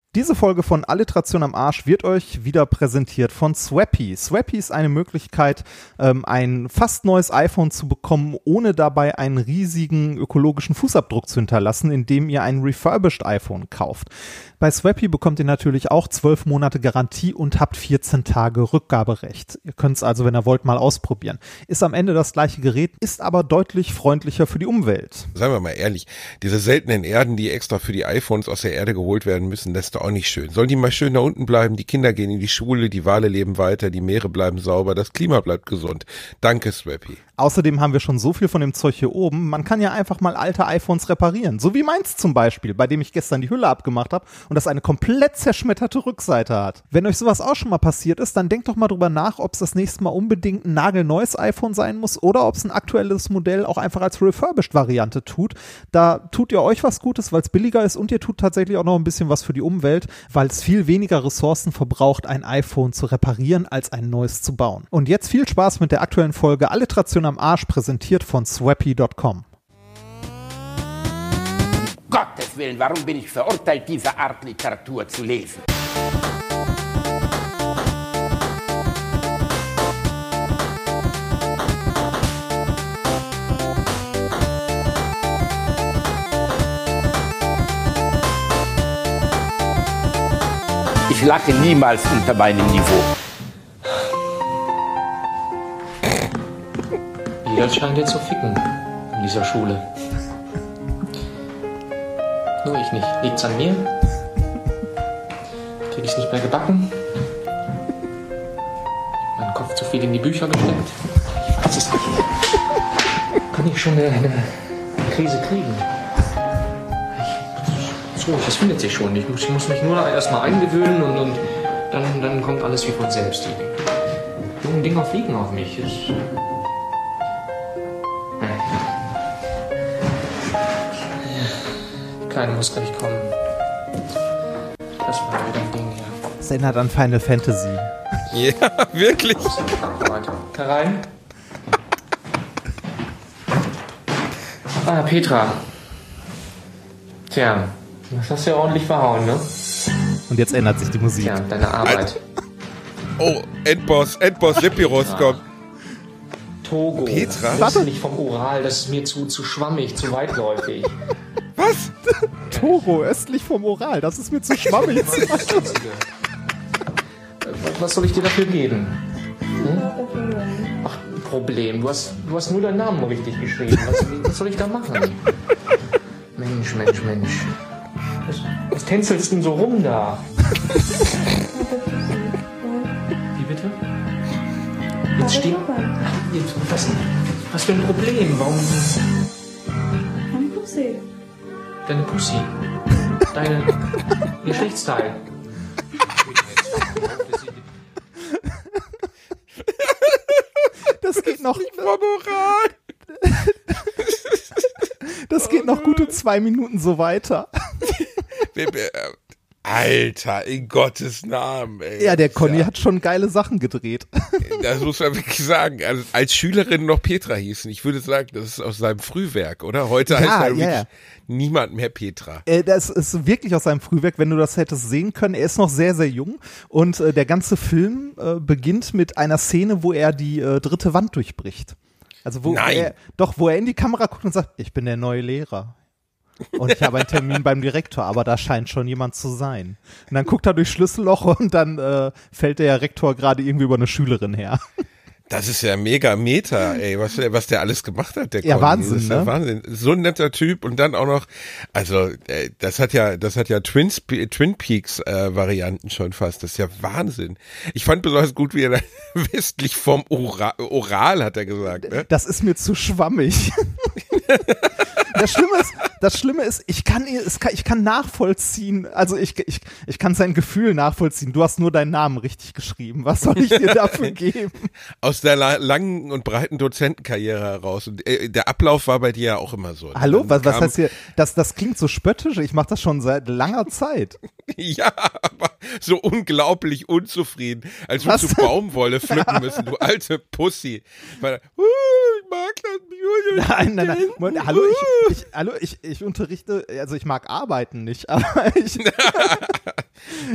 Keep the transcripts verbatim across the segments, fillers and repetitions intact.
Diese Folge von Alliteration am Arsch wird euch wieder präsentiert von Swappy. Swappy ist eine Möglichkeit, ähm, ein fast neues iPhone zu bekommen, ohne dabei einen riesigen ökologischen Fußabdruck zu hinterlassen, indem ihr ein refurbished iPhone kauft. Bei Swappy bekommt ihr natürlich auch zwölf Monate Garantie und habt vierzehn Tage Rückgaberecht. Ihr könnt es also, wenn ihr wollt, mal ausprobieren. Ist am Ende das gleiche Gerät, ist aber deutlich freundlicher für die Umwelt. Seien wir mal ehrlich, diese seltenen Erden, die extra für die iPhones aus der Erde geholt werden müssen, das ist doch auch nicht schön. Sollen die mal schön da unten bleiben? Die Kinder gehen in die Schule, die Wale leben weiter, die Meere bleiben sauber, das Klima bleibt gesund. Danke, Swappy. Außerdem haben wir schon so viel von dem Zeug hier oben, man kann ja einfach mal alte iPhones reparieren. So wie meins zum Beispiel, bei dem ich gestern die Hülle abgemacht habe und das eine komplett zerschmetterte Rückseite hat. Wenn euch sowas auch schon mal passiert ist, dann denkt doch mal drüber nach, ob es das nächste Mal unbedingt ein nagelneues iPhone sein muss oder ob es ein aktuelles Modell auch einfach als Refurbished-Variante tut. Da tut ihr euch was Gutes, weil es billiger ist und ihr tut tatsächlich auch noch ein bisschen was für die Umwelt, weil es viel weniger Ressourcen verbraucht, ein iPhone zu reparieren, als ein neues zu bauen. Und jetzt viel Spaß mit der aktuellen Folge Alliteration am Arsch, präsentiert von swappy punkt com. Gottes Willen, warum bin ich verurteilt, diese Art Literatur zu lesen? Ich lache niemals unter meinem Niveau. Jeder scheint jetzt zu ficken in dieser Schule. Nur ich nicht. Liegt's an mir? Krieg ich's nicht mehr gebacken? Mein Kopf zu viel in die Bücher gesteckt? Ich weiß es nicht. Kann ich schon eine, eine Krise kriegen? Ich, so, das findet sich schon. Ich muss, ich muss mich nur erstmal eingewöhnen und, und dann, dann kommt alles wie von selbst. Die jungen Dinger fliegen auf mich. Ich, Kleine muss gleich kommen. Das war wieder ein Ding hier. Das erinnert an Final Fantasy. Ja, wirklich. Karein? Ah, Petra. Tja, das hast du ja ordentlich verhauen, ne? Und jetzt ändert sich die Musik. Tja, deine Arbeit. Oh, Endboss, Endboss Leppiros kommt. Togo. Petra? Warte. Nicht vom Ural, das ist mir zu, zu schwammig, zu weitläufig. Was? Togo, östlich vom Ural, das ist mir zu schwammig. Was soll ich dir dafür geben? Hm? Ach, Problem. Du hast, du hast nur deinen Namen richtig geschrieben. Was, was soll ich da machen? Mensch, Mensch, Mensch. Was, was tänzelst du denn so rum da? Wie bitte? Jetzt steht... Jetzt, was, was für ein Problem? Warum... Ein Pussy. Deine Pussy. Deine Geschlechtsteil. Das geht noch. Moral. Das geht noch gute zwei Minuten so weiter. Alter, in Gottes Namen, ey. Ja, der Conny ja. hat schon geile Sachen gedreht. Das muss man wirklich sagen. Also, als Schülerin noch Petra hießen, ich würde sagen, das ist aus seinem Frühwerk, oder? Heute ja, heißt er ja, wirklich ja. niemand mehr Petra. Äh, das ist wirklich aus seinem Frühwerk, wenn du das hättest sehen können. Er ist noch sehr, sehr jung und äh, der ganze Film äh, beginnt mit einer Szene, wo er die äh, dritte Wand durchbricht. Also wo Nein. er, doch, wo er in die Kamera guckt und sagt, ich bin der neue Lehrer. Und ich habe einen Termin beim Direktor, aber da scheint schon jemand zu sein. Und dann guckt er durchs Schlüsselloch und dann äh, fällt der Rektor gerade irgendwie über eine Schülerin her. Das ist ja mega Meta, ey, was, was der alles gemacht hat, der Ja, Conny. Wahnsinn, das ist ja ne? Wahnsinn. So ein netter Typ und dann auch noch, also äh, das hat ja, das hat ja Twin, Twin Peaks äh, Varianten schon fast. Das ist ja Wahnsinn. Ich fand besonders gut, wie er da westlich vom Oral, Oral hat er gesagt. Ne? Das ist mir zu schwammig. Das Schlimme ist, das Schlimme ist, ich kann, ich kann nachvollziehen, also ich, ich, ich kann sein Gefühl nachvollziehen. Du hast nur deinen Namen richtig geschrieben. Was soll ich dir dafür geben? Aus der la- langen und breiten Dozentenkarriere heraus. Und äh, der Ablauf war bei dir ja auch immer so. Hallo, Dann was, was kam- heißt hier? Das, das klingt so spöttisch. Ich mache das schon seit langer Zeit. Ja, aber so unglaublich unzufrieden, als würdest Was? du Baumwolle pflücken müssen, du alte Pussy. Weil, uh, ich mag das Musical. Nein, nein, nein. Moment, hallo, ich, ich, hallo, ich, ich unterrichte, also ich mag arbeiten nicht, aber ich.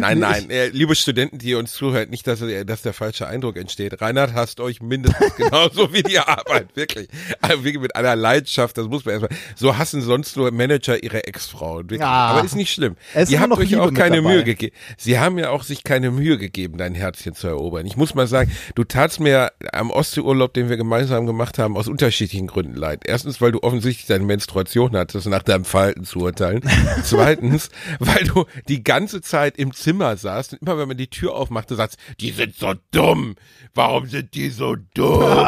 nein, Nee, nein. Äh, liebe Studenten, die uns zuhört, nicht, dass, äh, dass der falsche Eindruck entsteht. Reinhard hasst euch mindestens genauso wie die Arbeit, wirklich. Also wirklich mit einer Leidenschaft, das muss man erstmal. So hassen sonst nur Manager ihre Ex-Frauen, wirklich. Ja. Aber ist nicht schlimm. Es ist Ihr immer habt noch euch Liebe auch mit keine dabei. Mühe gegeben. Sie haben ja auch sich keine Mühe gegeben, dein Herzchen zu erobern. Ich muss mal sagen, du tatst mir am Ostseeurlaub, den wir gemeinsam gemacht haben, aus unterschiedlichen Gründen leid. Erstens, weil du offensichtlich deine Menstruation hattest, nach deinem Verhalten zu urteilen. Zweitens, weil du die ganze Zeit im Zimmer saßt und immer, wenn man die Tür aufmachte, sagst, die sind so dumm. Warum sind die so dumm?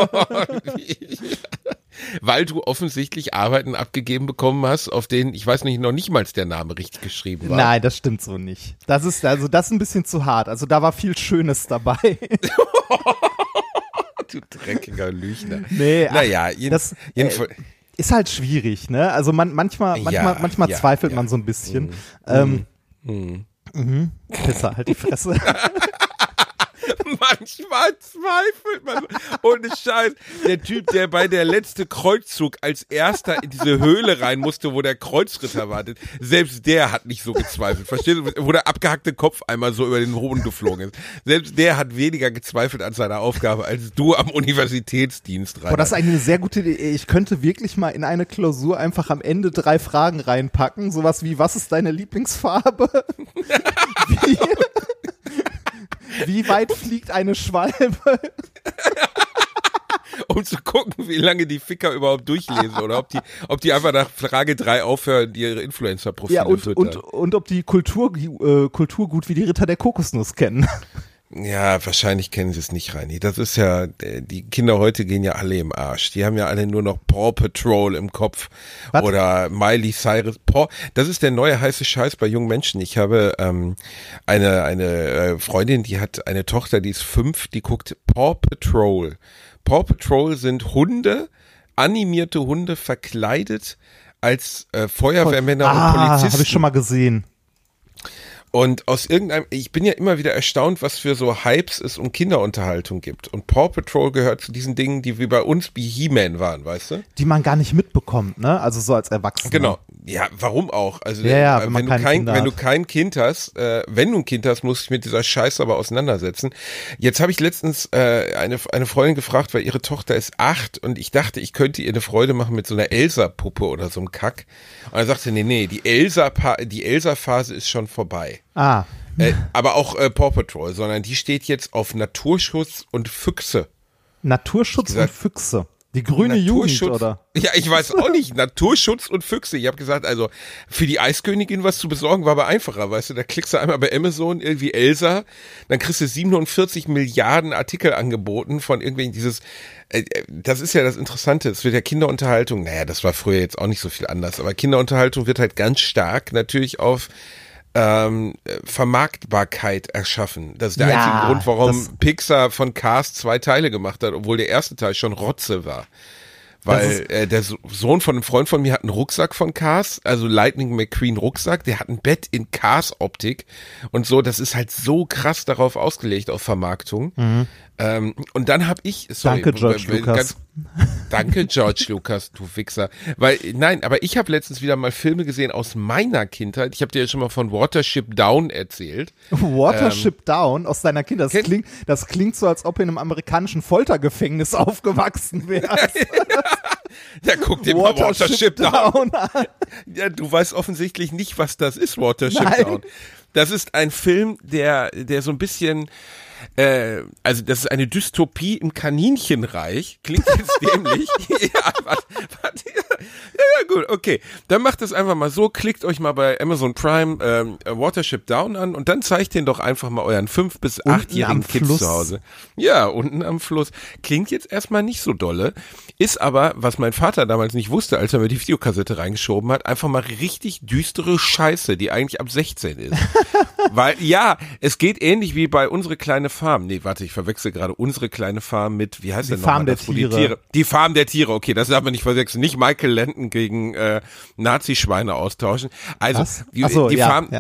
Weil du offensichtlich Arbeiten abgegeben bekommen hast, auf denen, ich weiß nicht, noch nicht mal der Name richtig geschrieben war. Nein, das stimmt so nicht. Das ist, also das ist ein bisschen zu hart. Also da war viel Schönes dabei. Du dreckiger Lüchner. Nee, ach, Naja, jeden, das, jedenfalls. Äh, ist halt schwierig, ne? Also man, manchmal, manchmal, Ja, manchmal ja, zweifelt ja. man so ein bisschen. Ähm, Mhm. mhm. Pisser, halt die Fresse. Manchmal zweifelt man. Ohne Scheiß. Der Typ, der bei der letzte Kreuzzug als erster in diese Höhle rein musste, wo der Kreuzritter wartet, selbst der hat nicht so gezweifelt. Verstehst du? Wo der abgehackte Kopf einmal so über den Boden geflogen ist. Selbst der hat weniger gezweifelt an seiner Aufgabe, als du am Universitätsdienst rein. Boah, das ist eine sehr gute Idee. Ich könnte wirklich mal in eine Klausur einfach am Ende drei Fragen reinpacken. Sowas wie, was ist deine Lieblingsfarbe? Wie, wie weit fliegt eine Schwalbe? Um zu gucken, wie lange die Ficker überhaupt durchlesen oder ob die, ob die einfach nach Frage drei aufhören, ihre Influencer-Profile Ja, und, füttern. und, und ob die Kultur, äh, Kulturgut wie die Ritter der Kokosnuss kennen. Ja, wahrscheinlich kennen sie es nicht, Reini. Das ist ja, die Kinder heute gehen ja alle im Arsch. Die haben ja alle nur noch Paw Patrol im Kopf. Was? Oder Miley Cyrus. Paw, das ist der neue heiße Scheiß bei jungen Menschen. Ich habe ähm, eine, eine äh, Freundin, die hat eine Tochter, die ist fünf, die guckt Paw Patrol. Paw Patrol sind Hunde, animierte Hunde verkleidet als äh, Feuerwehrmänner und Ah, Polizisten. habe ich schon mal gesehen. Und aus irgendeinem, ich bin ja immer wieder erstaunt, was für so Hypes es um Kinderunterhaltung gibt. Und Paw Patrol gehört zu diesen Dingen, die wie bei uns wie He-Man waren, weißt du? Die man gar nicht mitbekommt, ne? Also so als Erwachsener. Genau. Ja, warum auch? Also Ja, ja, äh, wenn man wenn, du keine kein, Kinder wenn du hat. kein Kind hast, äh, wenn du ein Kind hast, musst du dich mit dieser Scheiße aber auseinandersetzen. Jetzt habe ich letztens äh, eine eine Freundin gefragt, weil ihre Tochter ist acht und ich dachte, ich könnte ihr eine Freude machen mit so einer Elsa-Puppe oder so einem Kack. Und er sagte, nee, nee, die Elsa die Elsa-Phase ist schon vorbei. Ah, Äh, aber auch äh, Paw Patrol, sondern die steht jetzt auf Naturschutz und Füchse. Naturschutz gesagt, und Füchse. Die grüne Jugend, oder? Ja, ich weiß auch nicht. Naturschutz und Füchse. Ich habe gesagt, also für die Eiskönigin was zu besorgen, war aber einfacher, weißt du. Da klickst du einmal bei Amazon irgendwie Elsa, dann kriegst du siebenundvierzig Milliarden Artikel angeboten von irgendwelchen dieses, äh, das ist ja das Interessante, es wird ja Kinderunterhaltung, naja, das war früher jetzt auch nicht so viel anders, aber Kinderunterhaltung wird halt ganz stark natürlich auf Ähm, Vermarktbarkeit erschaffen. Das ist der Ja, einzige Grund, warum das- Pixar von Cars zwei Teile gemacht hat, obwohl der erste Teil schon Rotze war. Weil äh, der So- Sohn von einem Freund von mir hat einen Rucksack von Cars, also Lightning McQueen Rucksack, der hat ein Bett in Cars-Optik und so, das ist halt so krass darauf ausgelegt, auf Vermarktung. Mhm. Ähm, und dann hab ich, sorry, Danke, George weil- Lucas. Ganz, danke, George Lucas, du Wichser. Weil, nein, aber ich habe letztens wieder mal Filme gesehen aus meiner Kindheit. Ich habe dir ja schon mal von Watership Down erzählt. Watership Down aus deiner Kindheit. Das Kennt- klingt, das klingt so, als ob du in einem amerikanischen Foltergefängnis aufgewachsen wärst. Ja, guck dir mal Watership Watership Down. Down an. Ja, du weißt offensichtlich nicht, was das ist, Watership Nein. Down. Das ist ein Film, der, der so ein bisschen, äh, also das ist eine Dystopie im Kaninchenreich. Klingt jetzt dämlich. ja, warte, warte. Ja, ja, gut, okay. Dann macht es einfach mal so, klickt euch mal bei Amazon Prime ähm, Watership Down an und dann zeigt den doch einfach mal euren fünf- bis Unten achtjährigen am Kids Fluss. zu Hause. Ja, unten am Fluss. Klingt jetzt erstmal nicht so dolle, ist aber, was mein Vater damals nicht wusste, als er mir die Videokassette reingeschoben hat, einfach mal richtig düstere Scheiße, die eigentlich ab sechzehn ist. Weil, ja, es geht ähnlich wie bei Unsere kleine Farm. Nee, warte, ich verwechsel gerade Unsere kleine Farm mit, wie heißt Die der nochmal? Farm der das, wo die Tiere. Tiere. Die Farm der Tiere, okay, das darf man nicht verwechseln. Nicht Michael Landon gegen äh, Nazi-Schweine austauschen. Also, Was? die, Ach so, die ja, Farm... ja.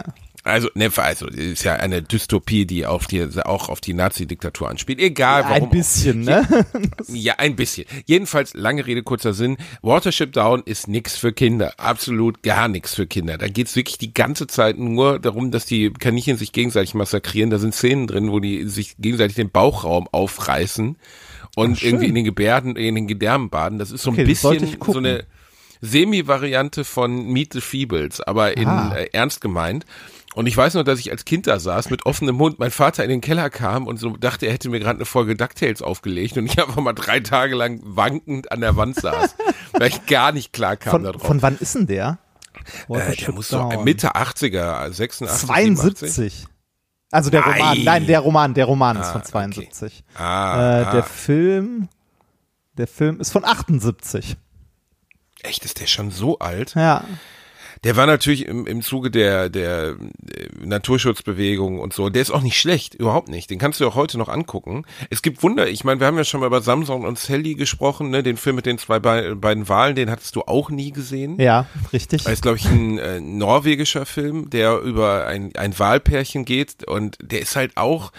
Also, ne, also, ist ja eine Dystopie, die auf die, auch auf die Nazi-Diktatur anspielt. Egal, warum. Ein bisschen, ne? Ja, ein bisschen. Jedenfalls, lange Rede, kurzer Sinn. Watership Down ist nix für Kinder. Absolut gar nichts für Kinder. Da geht's wirklich die ganze Zeit nur darum, dass die Kaninchen sich gegenseitig massakrieren. Da sind Szenen drin, wo die sich gegenseitig den Bauchraum aufreißen und Ach, irgendwie in den Gebärden, in den Gedärmen baden. Das ist so ein Okay, das sollte bisschen ich gucken. so eine Semi-Variante von Meet the Feebles, aber in Ah. äh, ernst gemeint. Und ich weiß noch, dass ich als Kind da saß mit offenem Mund, mein Vater in den Keller kam und so dachte, er hätte mir gerade eine Folge DuckTales aufgelegt und ich einfach mal drei Tage lang wankend an der Wand saß, weil ich gar nicht klar kam Von, da drauf. von wann ist denn der? äh, der muss so Mitte achtziger, sechsundachtzig, zweiundsiebzig. Also der Nein. Roman, nein, der Roman, der Roman ist Ah, von zweiundsiebzig. Okay. Ah, äh, ah. der Film, der Film ist von achtundsiebzig. Echt, ist der schon so alt? Ja. Der war natürlich im, im Zuge der, der äh, Naturschutzbewegung und so. Der ist auch nicht schlecht, überhaupt nicht. Den kannst du auch heute noch angucken. Es gibt Wunder, ich meine, wir haben ja schon mal über Samson und Sally gesprochen, ne? Den Film mit den zwei Be- beiden Walen, den hattest du auch nie gesehen. Ja, richtig. Das ist, glaube ich, ein äh, norwegischer Film, der über ein, ein Walpärchen geht und der ist halt auch,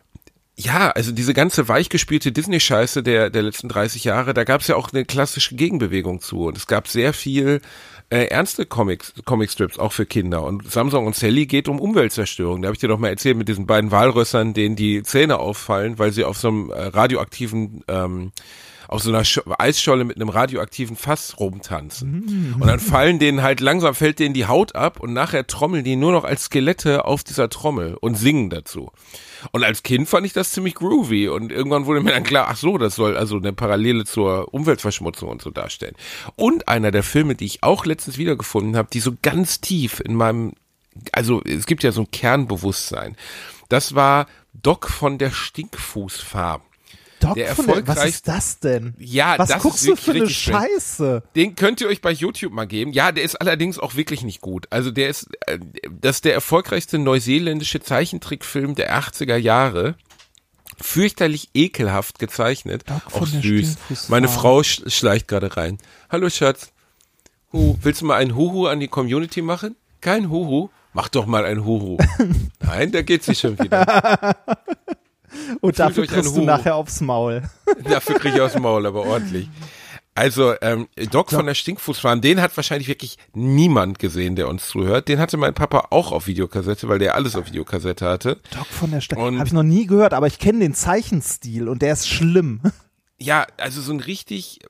ja, also diese ganze weichgespielte Disney-Scheiße der, der letzten dreißig Jahre, da gab es ja auch eine klassische Gegenbewegung zu und es gab sehr viel äh, ernste Comics, Comicstrips, auch für Kinder und Samson und Sally geht um Umweltzerstörung. Da habe ich dir doch mal erzählt mit diesen beiden Walrössern, denen die Zähne auffallen, weil sie auf so einem äh, radioaktiven ähm, auf so einer Sch- Eisscholle mit einem radioaktiven Fass rumtanzen. Und dann fallen denen halt langsam, fällt denen die Haut ab und nachher trommeln die nur noch als Skelette auf dieser Trommel und singen dazu. Und als Kind fand ich das ziemlich groovy und irgendwann wurde mir dann klar, ach so, das soll also eine Parallele zur Umweltverschmutzung und so darstellen. Und einer der Filme, die ich auch letztens wiedergefunden habe, die so ganz tief in meinem, also es gibt ja so ein Kernbewusstsein, das war Doc von der Stinkfußfarm. Doc der von der, was erfolgreich- ist das denn? Ja, was das guckst ist du wirklich für eine richtig strange. Scheiße? Den könnt ihr euch bei YouTube mal geben. Ja, der ist allerdings auch wirklich nicht gut. Also der ist, äh, das ist der erfolgreichste neuseeländische Zeichentrickfilm der achtziger Jahre. Fürchterlich ekelhaft gezeichnet. Doc Auch von der süß. Stinkfußfarm. Meine Frau sch schleicht gerade rein. Hallo Schatz. Hu, willst du mal einen Huhu an die Community machen? Kein Huhu? Mach doch mal ein Huhu. Nein, da geht sie schon wieder. Und dafür euch ein kriegst du Hoch. nachher aufs Maul. Dafür kriege ich aus dem Maul, aber ordentlich. Also, ähm, Doc von der Stinkfußfarm, den hat wahrscheinlich wirklich niemand gesehen, der uns zuhört. Den hatte mein Papa auch auf Videokassette, weil der alles auf Videokassette hatte. Doc von der Stadt. Und- Habe ich noch nie gehört, aber ich kenne den Zeichenstil und der ist schlimm. Ja, also so ein richtig,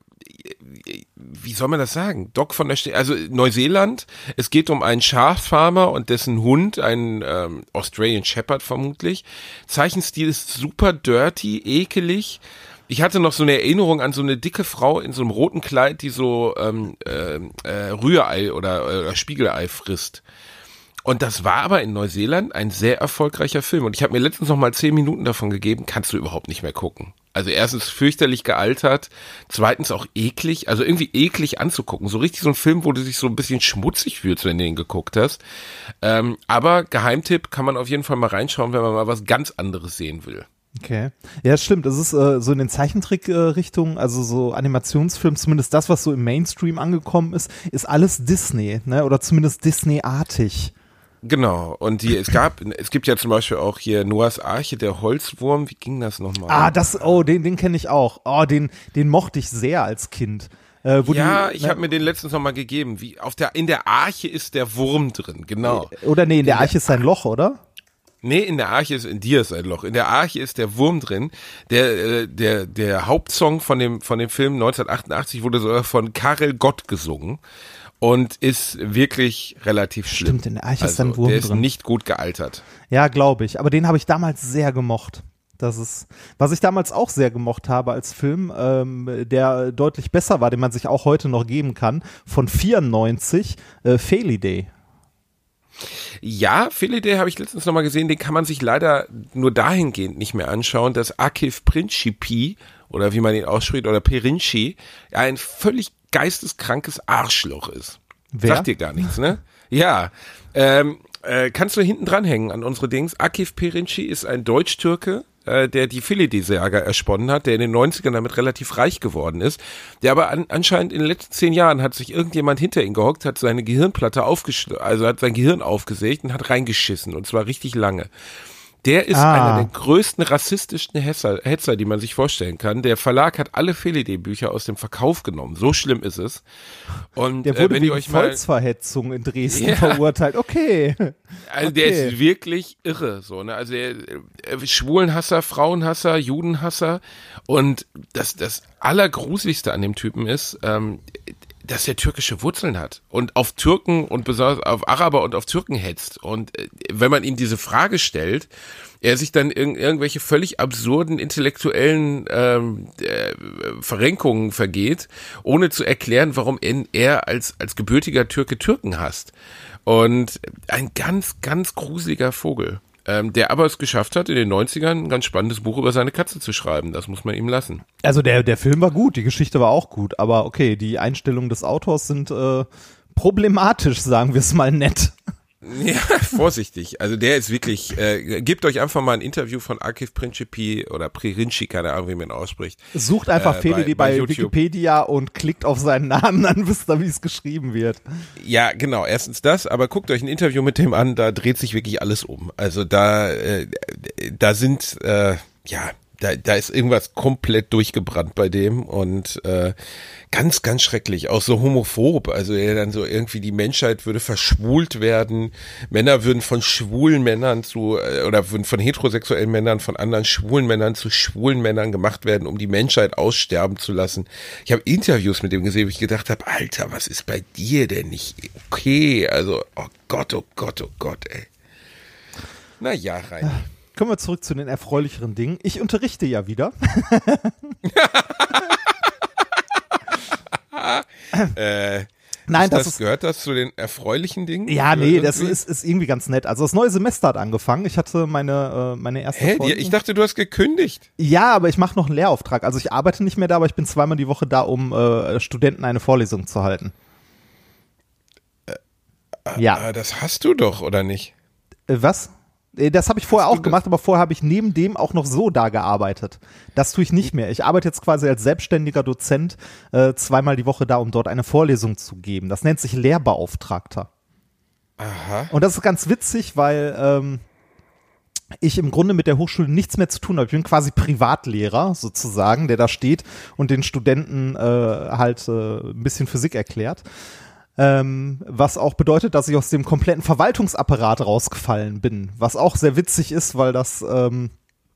wie soll man das sagen? Doc von der St also Neuseeland, es geht um einen Schaffarmer und dessen Hund, einen ähm, Australian Shepherd vermutlich. Zeichenstil ist super dirty, ekelig. Ich hatte noch so eine Erinnerung an so eine dicke Frau in so einem roten Kleid, die so ähm, äh, äh, Rührei oder, oder Spiegelei frisst. Und das war aber in Neuseeland ein sehr erfolgreicher Film. Und ich habe mir letztens noch mal zehn Minuten davon gegeben, kannst du überhaupt nicht mehr gucken. Also erstens fürchterlich gealtert, zweitens auch eklig, also irgendwie eklig anzugucken. So richtig so ein Film, wo du dich so ein bisschen schmutzig fühlst, wenn du ihn geguckt hast. Ähm, aber Geheimtipp, kann man auf jeden Fall mal reinschauen, wenn man mal was ganz anderes sehen will. Okay. Ja, stimmt. Es ist äh, so in den Zeichentrick-Richtungen, also so Animationsfilm, zumindest das, was so im Mainstream angekommen ist, ist alles Disney, ne? Oder zumindest Disney-artig. Genau, und die, es gab, es gibt ja zum Beispiel auch hier Noahs Arche, der Holzwurm, wie ging das nochmal? Ah, das, oh, den, den kenne ich auch. Oh, den, den mochte ich sehr als Kind. Äh, wo ja, die, ich ne, habe mir den letztens nochmal gegeben. Wie auf der, in der Arche ist der Wurm drin, genau. Oder nee, in der Arche ist ein Loch, oder? Nee, in der Arche ist, in dir ist ein Loch. In der Arche ist der Wurm drin. Der, äh, der, der Hauptsong von dem, von dem Film neunzehnhundertachtundachtzig wurde sogar von Karel Gott gesungen. Und ist wirklich relativ schlimm. Stimmt, in der Arche ist also, ein Wurm der ist drin. nicht gut gealtert. Ja, glaube ich. Aber den habe ich damals sehr gemocht. Das ist, was ich damals auch sehr gemocht habe als Film, ähm, der deutlich besser war, den man sich auch heute noch geben kann, von vierundneunzig, äh, Feliday. Ja, Feliday habe ich letztens nochmal gesehen, den kann man sich leider nur dahingehend nicht mehr anschauen, dass Akif Principi, oder wie man ihn ausspricht, oder Perinci, ein völlig geisteskrankes Arschloch ist. Wer? Sagt dir gar nichts, ne? Ja, ähm, äh, kannst du hinten dranhängen an unsere Dings. Akif Perinci ist ein Deutsch-Türke, äh, der die Felidae-Saga ersponnen hat, der in den neunzigern damit relativ reich geworden ist, der aber an, anscheinend in den letzten zehn Jahren hat sich irgendjemand hinter ihn gehockt, hat seine Gehirnplatte aufgesch- also hat sein Gehirn aufgesägt und hat reingeschissen und zwar richtig lange. Der ist ah. einer der größten rassistischsten Hetzer, Hetzer, die man sich vorstellen kann. Der Verlag hat alle Felidae-Bücher aus dem Verkauf genommen. So schlimm ist es. Und der wurde äh, wenn ihr wegen euch mal Volksverhetzung in Dresden ja. verurteilt. Okay. Also okay. der ist wirklich irre. So, ne? Also der äh, Schwulenhasser, Frauenhasser, Judenhasser. Und das, das Allergruseligste an dem Typen ist, ähm, dass er türkische Wurzeln hat und auf Türken und besonders auf Araber und auf Türken hetzt. Und äh, wenn man ihm diese Frage stellt, er sich dann irg- irgendwelche völlig absurden intellektuellen ähm, äh, Verrenkungen vergeht, ohne zu erklären, warum er, er als, als gebürtiger Türke Türken hasst. Und ein ganz, ganz gruseliger Vogel. Ähm, der aber es geschafft hat, in den neunzigern ein ganz spannendes Buch über seine Katze zu schreiben. Das muss man ihm lassen. Also der, der Film war gut, die Geschichte war auch gut, aber okay, die Einstellungen des Autors sind äh, problematisch, sagen wir es mal nett. Ja, vorsichtig. Also der ist wirklich, äh, gebt euch einfach mal ein Interview von Akif Principi oder Pririnci, keine Ahnung, wie man ihn ausspricht. Sucht einfach äh, Felidae bei, bei bei Wikipedia und klickt auf seinen Namen, dann wisst ihr, wie es geschrieben wird. Ja, genau, erstens das, aber guckt euch ein Interview mit dem an, da dreht sich wirklich alles um. Also da, äh, da sind, äh, ja, da, da ist irgendwas komplett durchgebrannt bei dem und äh, ganz, ganz schrecklich, auch so homophob, also er dann so irgendwie die Menschheit würde verschwult werden, Männer würden von schwulen Männern zu, äh, oder würden von heterosexuellen Männern von anderen schwulen Männern zu schwulen Männern gemacht werden, um die Menschheit aussterben zu lassen. Ich habe Interviews mit dem gesehen, wo ich gedacht habe, Alter, was ist bei dir denn nicht okay? Also, oh Gott, oh Gott, oh Gott, ey. Na ja, rein. Kommen wir zurück zu den erfreulicheren Dingen. Ich unterrichte ja wieder. äh, Nein, das, das ist, gehört das zu den erfreulichen Dingen? ja, nee, irgendwie? das ist, ist irgendwie ganz nett. Also das neue Semester hat angefangen. Ich hatte meine, äh, meine erste Hä? Vorlesung. Ich dachte, du hast gekündigt. Ja, aber ich mache noch einen Lehrauftrag. Also ich arbeite nicht mehr da, aber ich bin zweimal die Woche da, um äh, Studenten eine Vorlesung zu halten. Äh, ja. Äh, das hast du doch, oder nicht? Äh, was? Das habe ich vorher Hast auch du gemacht, aber vorher habe ich neben dem auch noch so da gearbeitet. Das tue ich nicht mehr. Ich arbeite jetzt quasi als selbstständiger Dozent äh, zweimal die Woche da, um dort eine Vorlesung zu geben. Das nennt sich Lehrbeauftragter. Aha. Und das ist ganz witzig, weil ähm, ich im Grunde mit der Hochschule nichts mehr zu tun habe. Ich bin quasi Privatlehrer sozusagen, der da steht und den Studenten äh, halt äh, ein bisschen Physik erklärt. Ähm, was auch bedeutet, dass ich aus dem kompletten Verwaltungsapparat rausgefallen bin. Was auch sehr witzig ist, weil das ähm,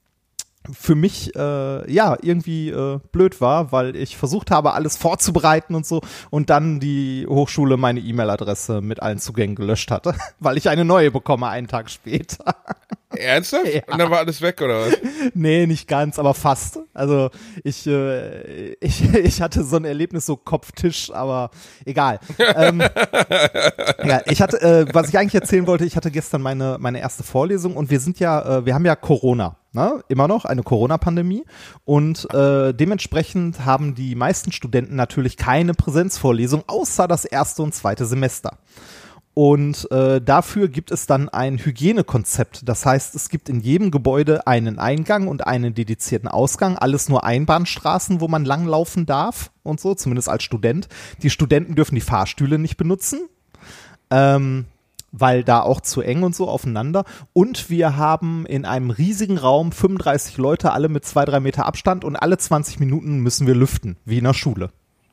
für mich äh, ja irgendwie äh, blöd war, weil ich versucht habe, alles vorzubereiten und so und dann die Hochschule meine E-Mail-Adresse mit allen Zugängen gelöscht hatte, weil ich eine neue bekomme einen Tag später. Ernsthaft? Ja. Und dann war alles weg, oder was? Nee, nicht ganz, aber fast. Also ich, äh, ich, ich hatte so ein Erlebnis, so Kopftisch, aber egal. ähm, egal. Ich hatte, äh, was ich eigentlich erzählen wollte, ich hatte gestern meine, meine erste Vorlesung und wir sind ja, äh, wir haben ja Corona, ne? Immer noch eine Corona-Pandemie und äh, dementsprechend haben die meisten Studenten natürlich keine Präsenzvorlesung, außer das erste und zweite Semester. Und äh, dafür gibt es dann ein Hygienekonzept. Das heißt, es gibt in jedem Gebäude einen Eingang und einen dedizierten Ausgang. Alles nur Einbahnstraßen, wo man langlaufen darf und so, zumindest als Student. Die Studenten dürfen die Fahrstühle nicht benutzen, ähm, weil da auch zu eng und so aufeinander. Und wir haben in einem riesigen Raum fünfunddreißig Leute, alle mit zwei, drei Meter Abstand und alle zwanzig Minuten müssen wir lüften, wie in der Schule.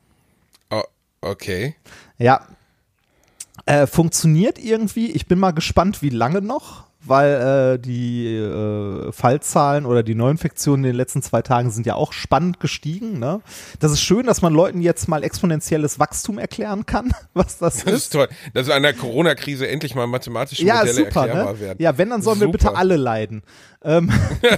Oh, okay. Ja. Äh, funktioniert irgendwie. Ich bin mal gespannt, wie lange noch, weil äh, die äh, Fallzahlen oder die Neuinfektionen in den letzten zwei Tagen sind ja auch spannend gestiegen. Ne? Das ist schön, dass man Leuten jetzt mal exponentielles Wachstum erklären kann, was das, Das ist. ist toll, dass in einer Corona-Krise endlich mal mathematische Ja, Modelle super, erklärbar ne? werden. Ja, wenn, dann sollen Super. wir bitte alle leiden. Ähm,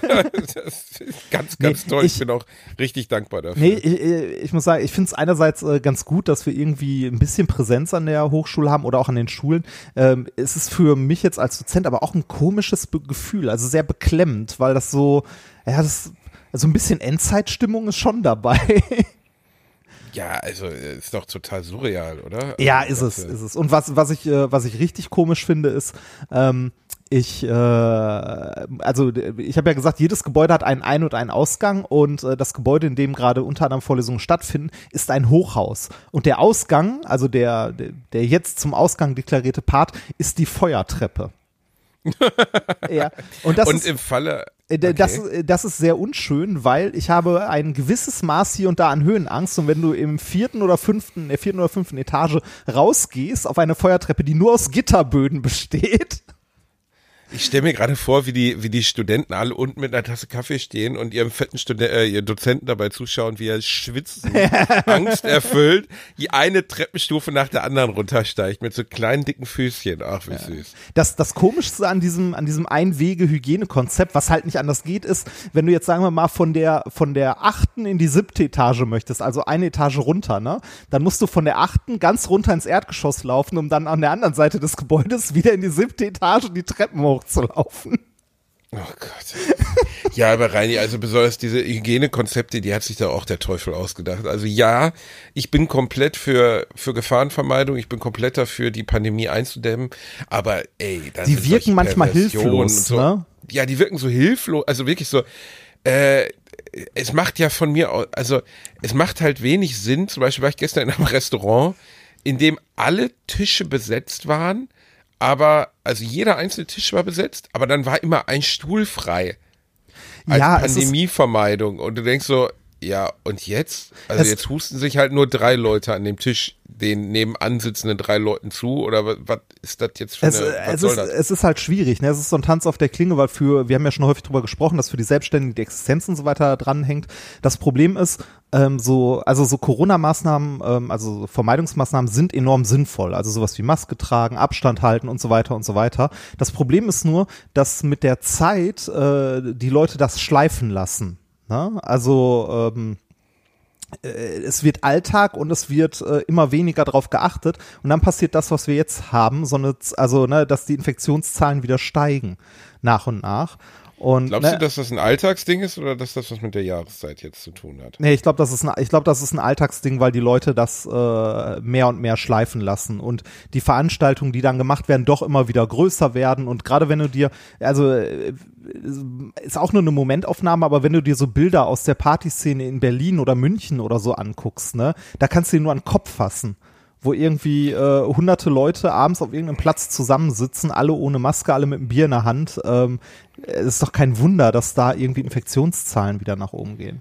Das ist ganz, ganz Nee, toll. Ich, ich- bin auch richtig dankbar dafür. Nee, ich, ich muss sagen, ich finde es einerseits äh, ganz gut, dass wir irgendwie ein bisschen Präsenz an der Hochschule haben oder auch an den Schulen. Ähm, es ist für mich jetzt als Dozent aber auch ein komisches Be- Gefühl, also sehr beklemmend, weil das so, ja, das, also ein bisschen Endzeitstimmung ist schon dabei. Ja, also ist doch total surreal, oder? Ja, also, ist es, ist es. Und was, was ich, äh, was ich richtig komisch finde, ist, ähm, ich, äh, also ich habe ja gesagt, jedes Gebäude hat einen Ein- und einen Ausgang und äh, das Gebäude, in dem gerade unter anderem Vorlesungen stattfinden, ist ein Hochhaus. Und der Ausgang, also der, der, der jetzt zum Ausgang deklarierte Part, ist die Feuertreppe. Ja. Und, das und ist, im Falle Okay. Das, das ist sehr unschön, weil ich habe ein gewisses Maß hier und da an Höhenangst und wenn du im vierten oder fünften, der vierten oder fünften Etage rausgehst auf eine Feuertreppe, die nur aus Gitterböden besteht. Ich stelle mir gerade vor, wie die, wie die Studenten alle unten mit einer Tasse Kaffee stehen und ihrem fetten Studen äh, ihr Dozenten dabei zuschauen, wie er schwitzt, Angst erfüllt, die eine Treppenstufe nach der anderen runtersteigt mit so kleinen dicken Füßchen. Ach, wie ja. süß. Das, das Komischste an diesem, an diesem Einwege-Hygienekonzept, was halt nicht anders geht, ist, wenn du jetzt, sagen wir mal, von der, von der achten in die siebte Etage möchtest, also eine Etage runter, ne, dann musst du von der achten ganz runter ins Erdgeschoss laufen, um dann an der anderen Seite des Gebäudes wieder in die siebte Etage die Treppen hoch zu laufen. Oh Gott. Ja, aber Reini, also besonders diese Hygienekonzepte, die hat sich da auch der Teufel ausgedacht. Also ja, ich bin komplett für, für Gefahrenvermeidung, ich bin komplett dafür, die Pandemie einzudämmen, aber ey, das die wirken manchmal hilflos, so, ne? Ja, die wirken so hilflos, also wirklich so, äh, es macht ja von mir, also es macht halt wenig Sinn, zum Beispiel war ich gestern in einem Restaurant, in dem alle Tische besetzt waren, aber, also jeder einzelne Tisch war besetzt, aber dann war immer ein Stuhl frei. Als ja, Pandemievermeidung. Und du denkst so, ja, und jetzt? Also jetzt husten sich halt nur drei Leute an dem Tisch, den nebenan sitzenden drei Leuten zu, oder was, was ist das jetzt für eine, es, was es soll ist, das? Es ist halt schwierig, ne? Es ist so ein Tanz auf der Klinge, weil für, wir haben ja schon häufig drüber gesprochen, dass für die Selbstständigen die Existenz und so weiter dranhängt. Das Problem ist, ähm, so, also so Corona-Maßnahmen, ähm, also Vermeidungsmaßnahmen sind enorm sinnvoll. Also sowas wie Maske tragen, Abstand halten und so weiter und so weiter. Das Problem ist nur, dass mit der Zeit äh, die Leute das schleifen lassen. Ne? Also ähm, es wird Alltag und es wird äh, immer weniger drauf geachtet und dann passiert das, was wir jetzt haben, so eine, also ne, dass die Infektionszahlen wieder steigen nach und nach. Und, Glaubst ne, du, dass das ein Alltagsding ist oder dass das was mit der Jahreszeit jetzt zu tun hat? Nee, ich glaube, das ist ein, ich glaube, das ist ein Alltagsding, weil die Leute das äh, mehr und mehr schleifen lassen und die Veranstaltungen, die dann gemacht werden, doch immer wieder größer werden und gerade wenn du dir, also äh, ist auch nur eine Momentaufnahme, aber wenn du dir so Bilder aus der Partyszene in Berlin oder München oder so anguckst, ne, da kannst du dir nur an den Kopf fassen, wo irgendwie äh, hunderte Leute abends auf irgendeinem Platz zusammensitzen, alle ohne Maske, alle mit einem Bier in der Hand. Ähm, es ist doch kein Wunder, dass da irgendwie Infektionszahlen wieder nach oben gehen.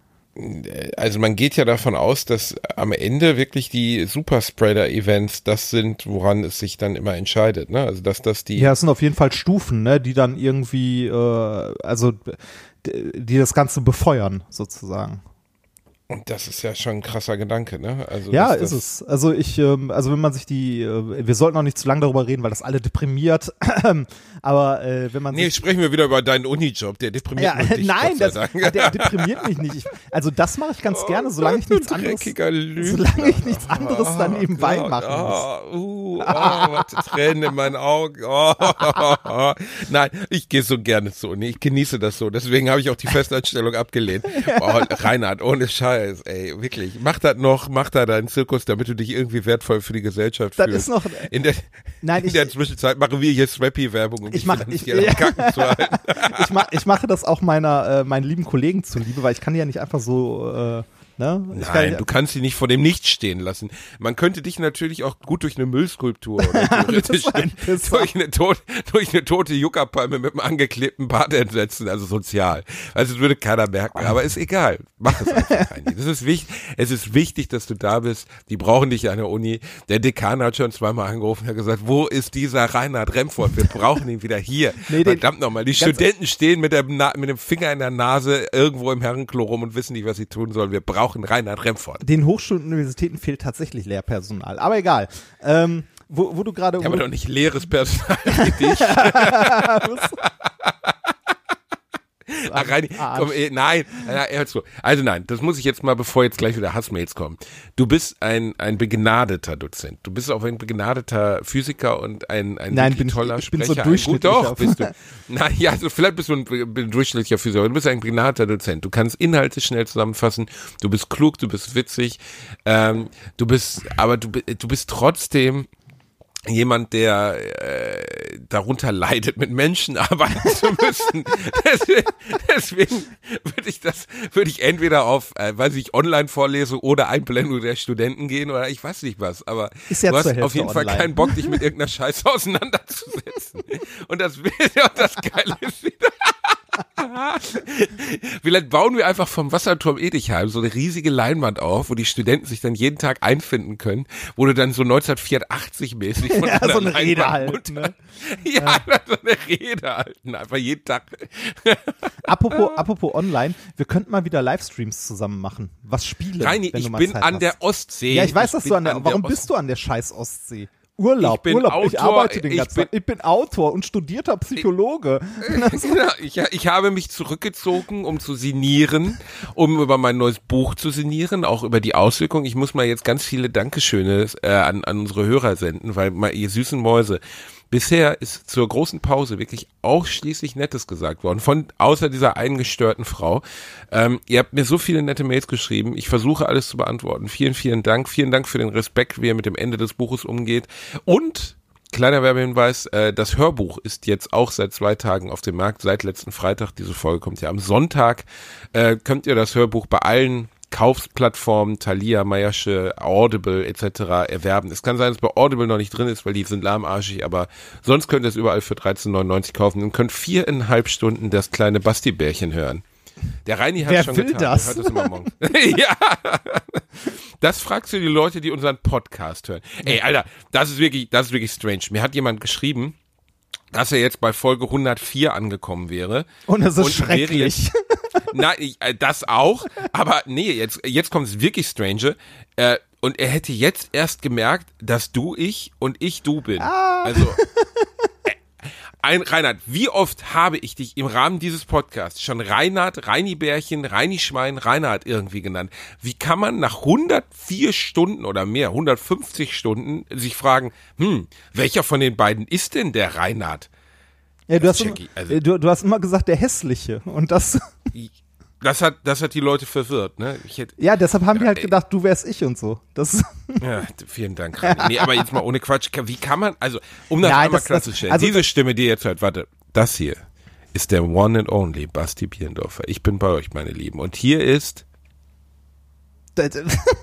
Also man geht ja davon aus, dass am Ende wirklich die Superspreader-Events das sind, woran es sich dann immer entscheidet, ne? Also dass das die Ja, es sind auf jeden Fall Stufen, ne, die dann irgendwie, äh, also die das Ganze befeuern, sozusagen. Und das ist ja schon ein krasser Gedanke, ne? Also ja, ist es. Also ich, ähm, also wenn man sich die, äh, wir sollten auch nicht zu lange darüber reden, weil das alle deprimiert. Aber äh, wenn man nee, sich, sprechen wir wieder über deinen Unijob, der deprimiert ja, mich nicht, nein, Gott sei das, Dank. der deprimiert mich nicht. Ich, also das mache ich ganz Oh gerne, solange Gott, ich nichts du anderes, dreckiger Lügner. solange ich nichts anderes Oh dann nebenbei Gott, machen muss. Oh, uh, oh, warte, Tränen in meinen Augen. Oh, oh, oh. Nein, ich gehe so gerne zur Uni. Ich genieße das so. Deswegen habe ich auch die Festanstellung abgelehnt. Oh, Reinhard, ohne Scheiß, ey, wirklich. Mach das noch, mach da deinen Zirkus, damit du dich irgendwie wertvoll für die Gesellschaft Das fühlst. ist noch, in der, nein, in ich, der Zwischenzeit machen wir hier Swappy-Werbung, um ich mach, ich, finanziell am Kacken zu halten. ich, mach, ich mache das auch meiner, äh, meinen lieben Kollegen zuliebe, weil ich kann die ja nicht einfach so, äh, ne? Ich Nein, kann, du kannst sie nicht vor dem Nichts stehen lassen. Man könnte dich natürlich auch gut durch eine Müllskulptur oder theoretisch das durch, eine tot, durch eine tote Juckerpalme mit einem angeklebten Bart entsetzen, also sozial. Also das würde keiner merken, aber ist egal. Mach es einfach rein. Das ist wichtig. Es ist wichtig, dass du da bist. Die brauchen dich an der Uni. Der Dekan hat schon zweimal angerufen und hat gesagt, wo ist dieser Reinhard Remford? Wir brauchen ihn wieder hier. Nee, den, Verdammt nochmal. Die Studenten stehen mit, der, mit dem Finger in der Nase irgendwo im Herrenklo rum und wissen nicht, was sie tun sollen. Wir brauchen Reinhard Remford. Den Hochschulen und Universitäten fehlt tatsächlich Lehrpersonal. Aber egal. Ähm, wo, wo du gerade. Ja, aber doch nicht leeres Personal wie dich. Arsch. Reini, komm, eh, nein, ja, hör zu. Also nein, das muss ich jetzt mal, bevor jetzt gleich wieder Hassmails kommen. Du bist ein, ein begnadeter Dozent. Du bist auch ein begnadeter Physiker und ein, ein Nein, bin ich, toller ich bin Sprecher. so durchschnittlicher. Gut, doch, bist du. Nein, ja, also vielleicht bist du ein, ein durchschnittlicher Physiker. Du bist ein begnadeter Dozent. Du kannst Inhalte schnell zusammenfassen. Du bist klug, du bist witzig. Ähm, du bist, aber du, du bist trotzdem jemand, der äh, darunter leidet, mit Menschen arbeiten zu müssen. deswegen deswegen würde ich das, würde ich entweder auf, äh, weiß ich, Online-Vorlesung oder Einblendung der Studenten gehen oder ich weiß nicht was. Aber ist ja du hast zur Hälfte auf jeden online. Fall keinen Bock, dich mit irgendeiner Scheiße auseinanderzusetzen. Und das, und das Geile ist wieder, vielleicht bauen wir einfach vom Wasserturm Edichheim so eine riesige Leinwand auf, wo die Studenten sich dann jeden Tag einfinden können, wo du dann so neunzehnhundertvierundachtzig mäßig von Ja, einer so eine Leinwand Rede halten, runter- ne? Ja, so eine Rede halten, einfach jeden Tag. Apropos, apropos online, wir könnten mal wieder Livestreams zusammen machen. Was spielen, Reini, wenn du ich mal bin Zeit an hast. der Ostsee. Ja, ich weiß, dass bin du an der, an warum der bist du an der scheiß Ostsee? Urlaub, Ich bin Urlaub, ich Autor, arbeite den ich ganzen bin- Tag. Ich bin Autor und studierter Psychologe. Genau, ich, ich habe mich zurückgezogen, um zu sinnieren, um über mein neues Buch zu sinnieren, auch über die Auswirkungen. Ich muss mal jetzt ganz viele Dankeschöne äh, an, an unsere Hörer senden, weil mal, ihr süßen Mäuse, bisher ist zur großen Pause wirklich ausschließlich Nettes gesagt worden, von außer dieser einen gestörten Frau. Ähm, ihr habt mir so viele nette Mails geschrieben, ich versuche alles zu beantworten. Vielen, vielen Dank. Vielen Dank für den Respekt, wie ihr mit dem Ende des Buches umgeht. Und kleiner Werbehinweis, äh, das Hörbuch ist jetzt auch seit zwei Tagen auf dem Markt, seit letzten Freitag. Diese Folge kommt ja am Sonntag. Äh, könnt ihr das Hörbuch bei allen Kaufplattformen, Thalia, Meiersche, Audible et cetera erwerben. Es kann sein, dass bei Audible noch nicht drin ist, weil die sind lahmarschig, aber sonst könnt ihr es überall für dreizehn neunundneunzig kaufen und könnt viereinhalb Stunden das kleine Basti-Bärchen hören. Der Reini hat Wer schon will getan. das? Der hört das immer morgens. Ja. Das fragst du die Leute, die unseren Podcast hören. Ey, Alter, das ist wirklich, das ist wirklich strange. Mir hat jemand geschrieben, dass er jetzt bei Folge hundertvier angekommen wäre. Und das ist Und wäre schrecklich. Jetzt, na, ich, äh, das auch, aber nee, jetzt, jetzt kommt es wirklich strange. Äh, und er hätte jetzt erst gemerkt, dass du ich und ich du bin. Ah. Also, äh, ein, Reinhard, wie oft habe ich dich im Rahmen dieses Podcasts schon Reinhard, Reini-Bärchen, Reini-Schwein, Reinhard irgendwie genannt? Wie kann man nach hundertvier Stunden oder mehr, hundertfünfzig Stunden sich fragen, hm, welcher von den beiden ist denn der Reinhard? Ja, du, hast check immer, ich, also- du, du hast immer gesagt, der Hässliche. Und das, Das hat, das hat die Leute verwirrt, ne? Ich hätte, ja, deshalb haben die halt ey. gedacht, du wärst ich und so. Das, ja, vielen Dank. Reini. Nee, aber jetzt mal ohne Quatsch. Wie kann man, also, um das Nein, einmal das- klarzustellen, das- also- diese Stimme, die ihr jetzt hört, warte, das hier ist der One and Only Basti Bierendorfer. Ich bin bei euch, meine Lieben. Und hier ist das,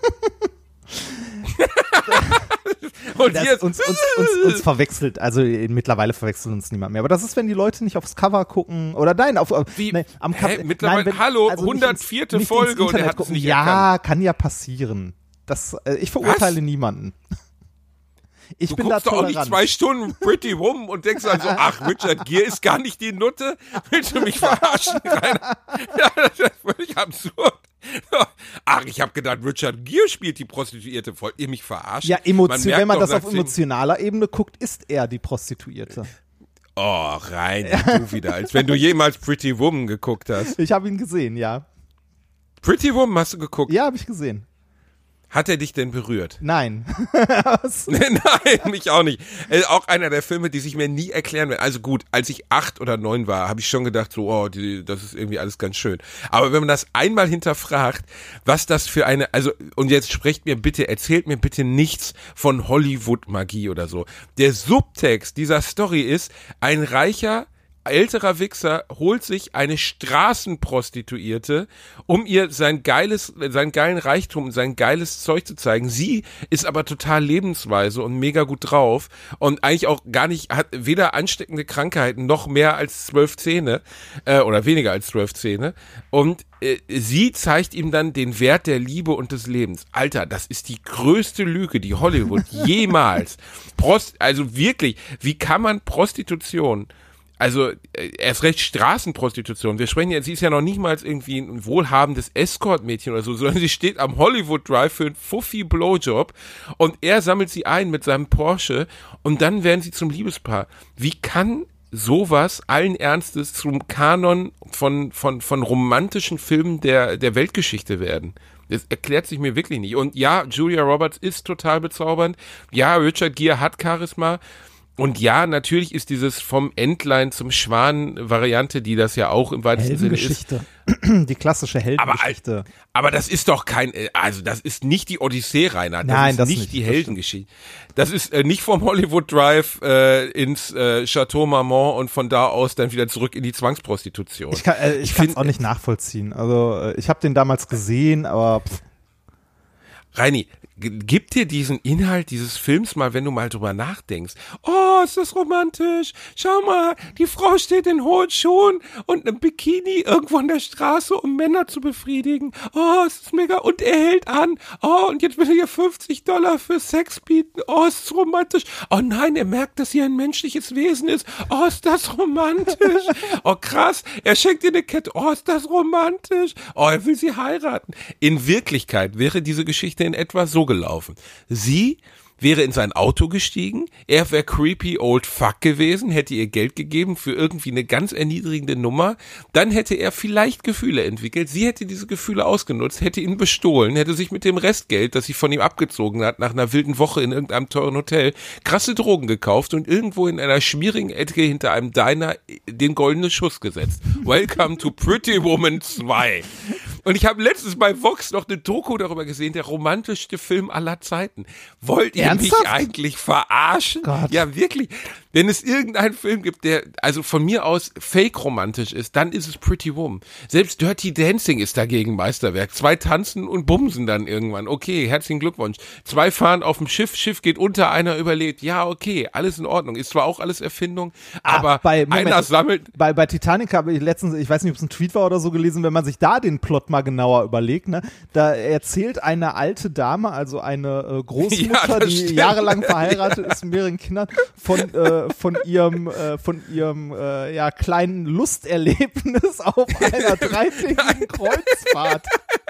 und das hier ist uns, uns, uns, uns verwechselt, also äh, mittlerweile verwechselt uns niemand mehr. Aber das ist, wenn die Leute nicht aufs Cover gucken oder nein, auf, auf Wie? nee, am Hä? Cover. Mittlerweile- nein, wenn, hallo, also nicht ins- hundertvierte nicht Folge ins und er Internet hat es gucken. nicht Ja, erkannt. kann ja passieren. Das, äh, ich verurteile Was? niemanden. Ich Du bin da guckst doch auch nicht tolerant. zwei Stunden Pretty Woman und denkst also, ach, Richard Gere ist gar nicht die Nutte? Willst du mich verarschen, Rainer? Ja, das ist völlig absurd. Ach, ich habe gedacht, Richard Gere spielt die Prostituierte. Wollt ihr mich verarschen? Ja, emotion, merkt wenn man doch das nach auf zehn- emotionaler Ebene guckt, ist er die Prostituierte. Oh, rein, du wieder. Als wenn du jemals Pretty Woman geguckt hast. Ich habe ihn gesehen, ja. Pretty Woman hast du geguckt? Ja, habe ich gesehen. Hat er dich denn berührt? Nein. Nein, mich auch nicht. Äh, auch einer der Filme, die sich mir nie erklären werden. Also gut, als ich acht oder neun war, habe ich schon gedacht, so, oh, die, das ist irgendwie alles ganz schön. Aber wenn man das einmal hinterfragt, was das für eine, also, und jetzt sprecht mir bitte, erzählt mir bitte nichts von Hollywood-Magie oder so. Der Subtext dieser Story ist, ein reicher, älterer Wichser holt sich eine Straßenprostituierte, um ihr sein geiles, seinen geilen Reichtum und sein geiles Zeug zu zeigen. Sie ist aber total lebensweise und mega gut drauf und eigentlich auch gar nicht, hat weder ansteckende Krankheiten noch mehr als zwölf Zähne äh, oder weniger als zwölf Zähne und äh, sie zeigt ihm dann den Wert der Liebe und des Lebens. Alter, das ist die größte Lüge, die Hollywood jemals, Prost, also wirklich, wie kann man Prostitution, also äh, erst recht Straßenprostitution. Wir sprechen jetzt, sie ist ja noch nicht mal irgendwie ein wohlhabendes Escort-Mädchen oder so, sondern sie steht am Hollywood Drive für einen Fuffi Blowjob und er sammelt sie ein mit seinem Porsche und dann werden sie zum Liebespaar. Wie kann sowas allen Ernstes zum Kanon von, von, von romantischen Filmen der, der Weltgeschichte werden. Das erklärt sich mir wirklich nicht. Und ja, Julia Roberts ist total bezaubernd. Ja, Richard Gere hat Charisma. Und ja, natürlich ist dieses vom Entlein zum Schwan-Variante, die das ja auch im weitesten Sinne ist. Die klassische Heldengeschichte. Aber, aber das ist doch kein, also das ist nicht die Odyssee, Reinhard. Das Nein, ist das nicht nicht, die das Heldengeschichte. Das ist äh, nicht vom Hollywood Drive äh, ins äh, Chateau Marmont und von da aus dann wieder zurück in die Zwangsprostitution. Ich kann es äh, ich kann's auch nicht nachvollziehen. Also äh, ich habe den damals gesehen, aber pff. Reini, gib dir diesen Inhalt dieses Films mal, wenn du mal drüber nachdenkst. Oh, ist das romantisch. Schau mal, die Frau steht in hohen Schuhen und einem Bikini irgendwo an der Straße, um Männer zu befriedigen. Oh, es ist mega. Und er hält an. Oh, und jetzt will er ihr fünfzig Dollar für Sex bieten. Oh, ist das romantisch. Oh nein, er merkt, dass sie ein menschliches Wesen ist. Oh, ist das romantisch. Oh, krass. Er schenkt ihr eine Kette. Oh, ist das romantisch. Oh, er will sie heiraten. In Wirklichkeit wäre diese Geschichte in etwa so gelaufen. Sie wäre in sein Auto gestiegen, er wäre creepy old fuck gewesen, hätte ihr Geld gegeben für irgendwie eine ganz erniedrigende Nummer, dann hätte er vielleicht Gefühle entwickelt, sie hätte diese Gefühle ausgenutzt, hätte ihn bestohlen, hätte sich mit dem Restgeld, das sie von ihm abgezogen hat, nach einer wilden Woche in irgendeinem teuren Hotel, krasse Drogen gekauft und irgendwo in einer schmierigen Ecke hinter einem Diner den goldenen Schuss gesetzt. Welcome to Pretty Woman zwei. Und ich habe letztens bei Vox noch eine Doku darüber gesehen, der romantischste Film aller Zeiten. Wollt ihr Ernsthaft? mich eigentlich verarschen? Gott. Ja, wirklich. Wenn es irgendeinen Film gibt, der also von mir aus fake romantisch ist, dann ist es Pretty Woman. Selbst Dirty Dancing ist dagegen Meisterwerk. Zwei tanzen und bumsen dann irgendwann. Okay, herzlichen Glückwunsch. Zwei fahren auf dem Schiff, Schiff geht unter, einer überlebt. Ja, okay, alles in Ordnung. Ist zwar auch alles Erfindung, aber ah, bei, Moment, einer sammelt... Bei, bei Titanic habe ich letztens, ich weiß nicht, ob es ein Tweet war oder so gelesen, wenn man sich da den Plot mal genauer überlegt, ne, da erzählt eine alte Dame, also eine äh, Großmutter, Ja, die stimmt. jahrelang verheiratet ist mit mehreren Kindern, von, äh, von ihrem, äh, von ihrem äh, ja, kleinen Lusterlebnis auf einer dreitägigen Kreuzfahrt.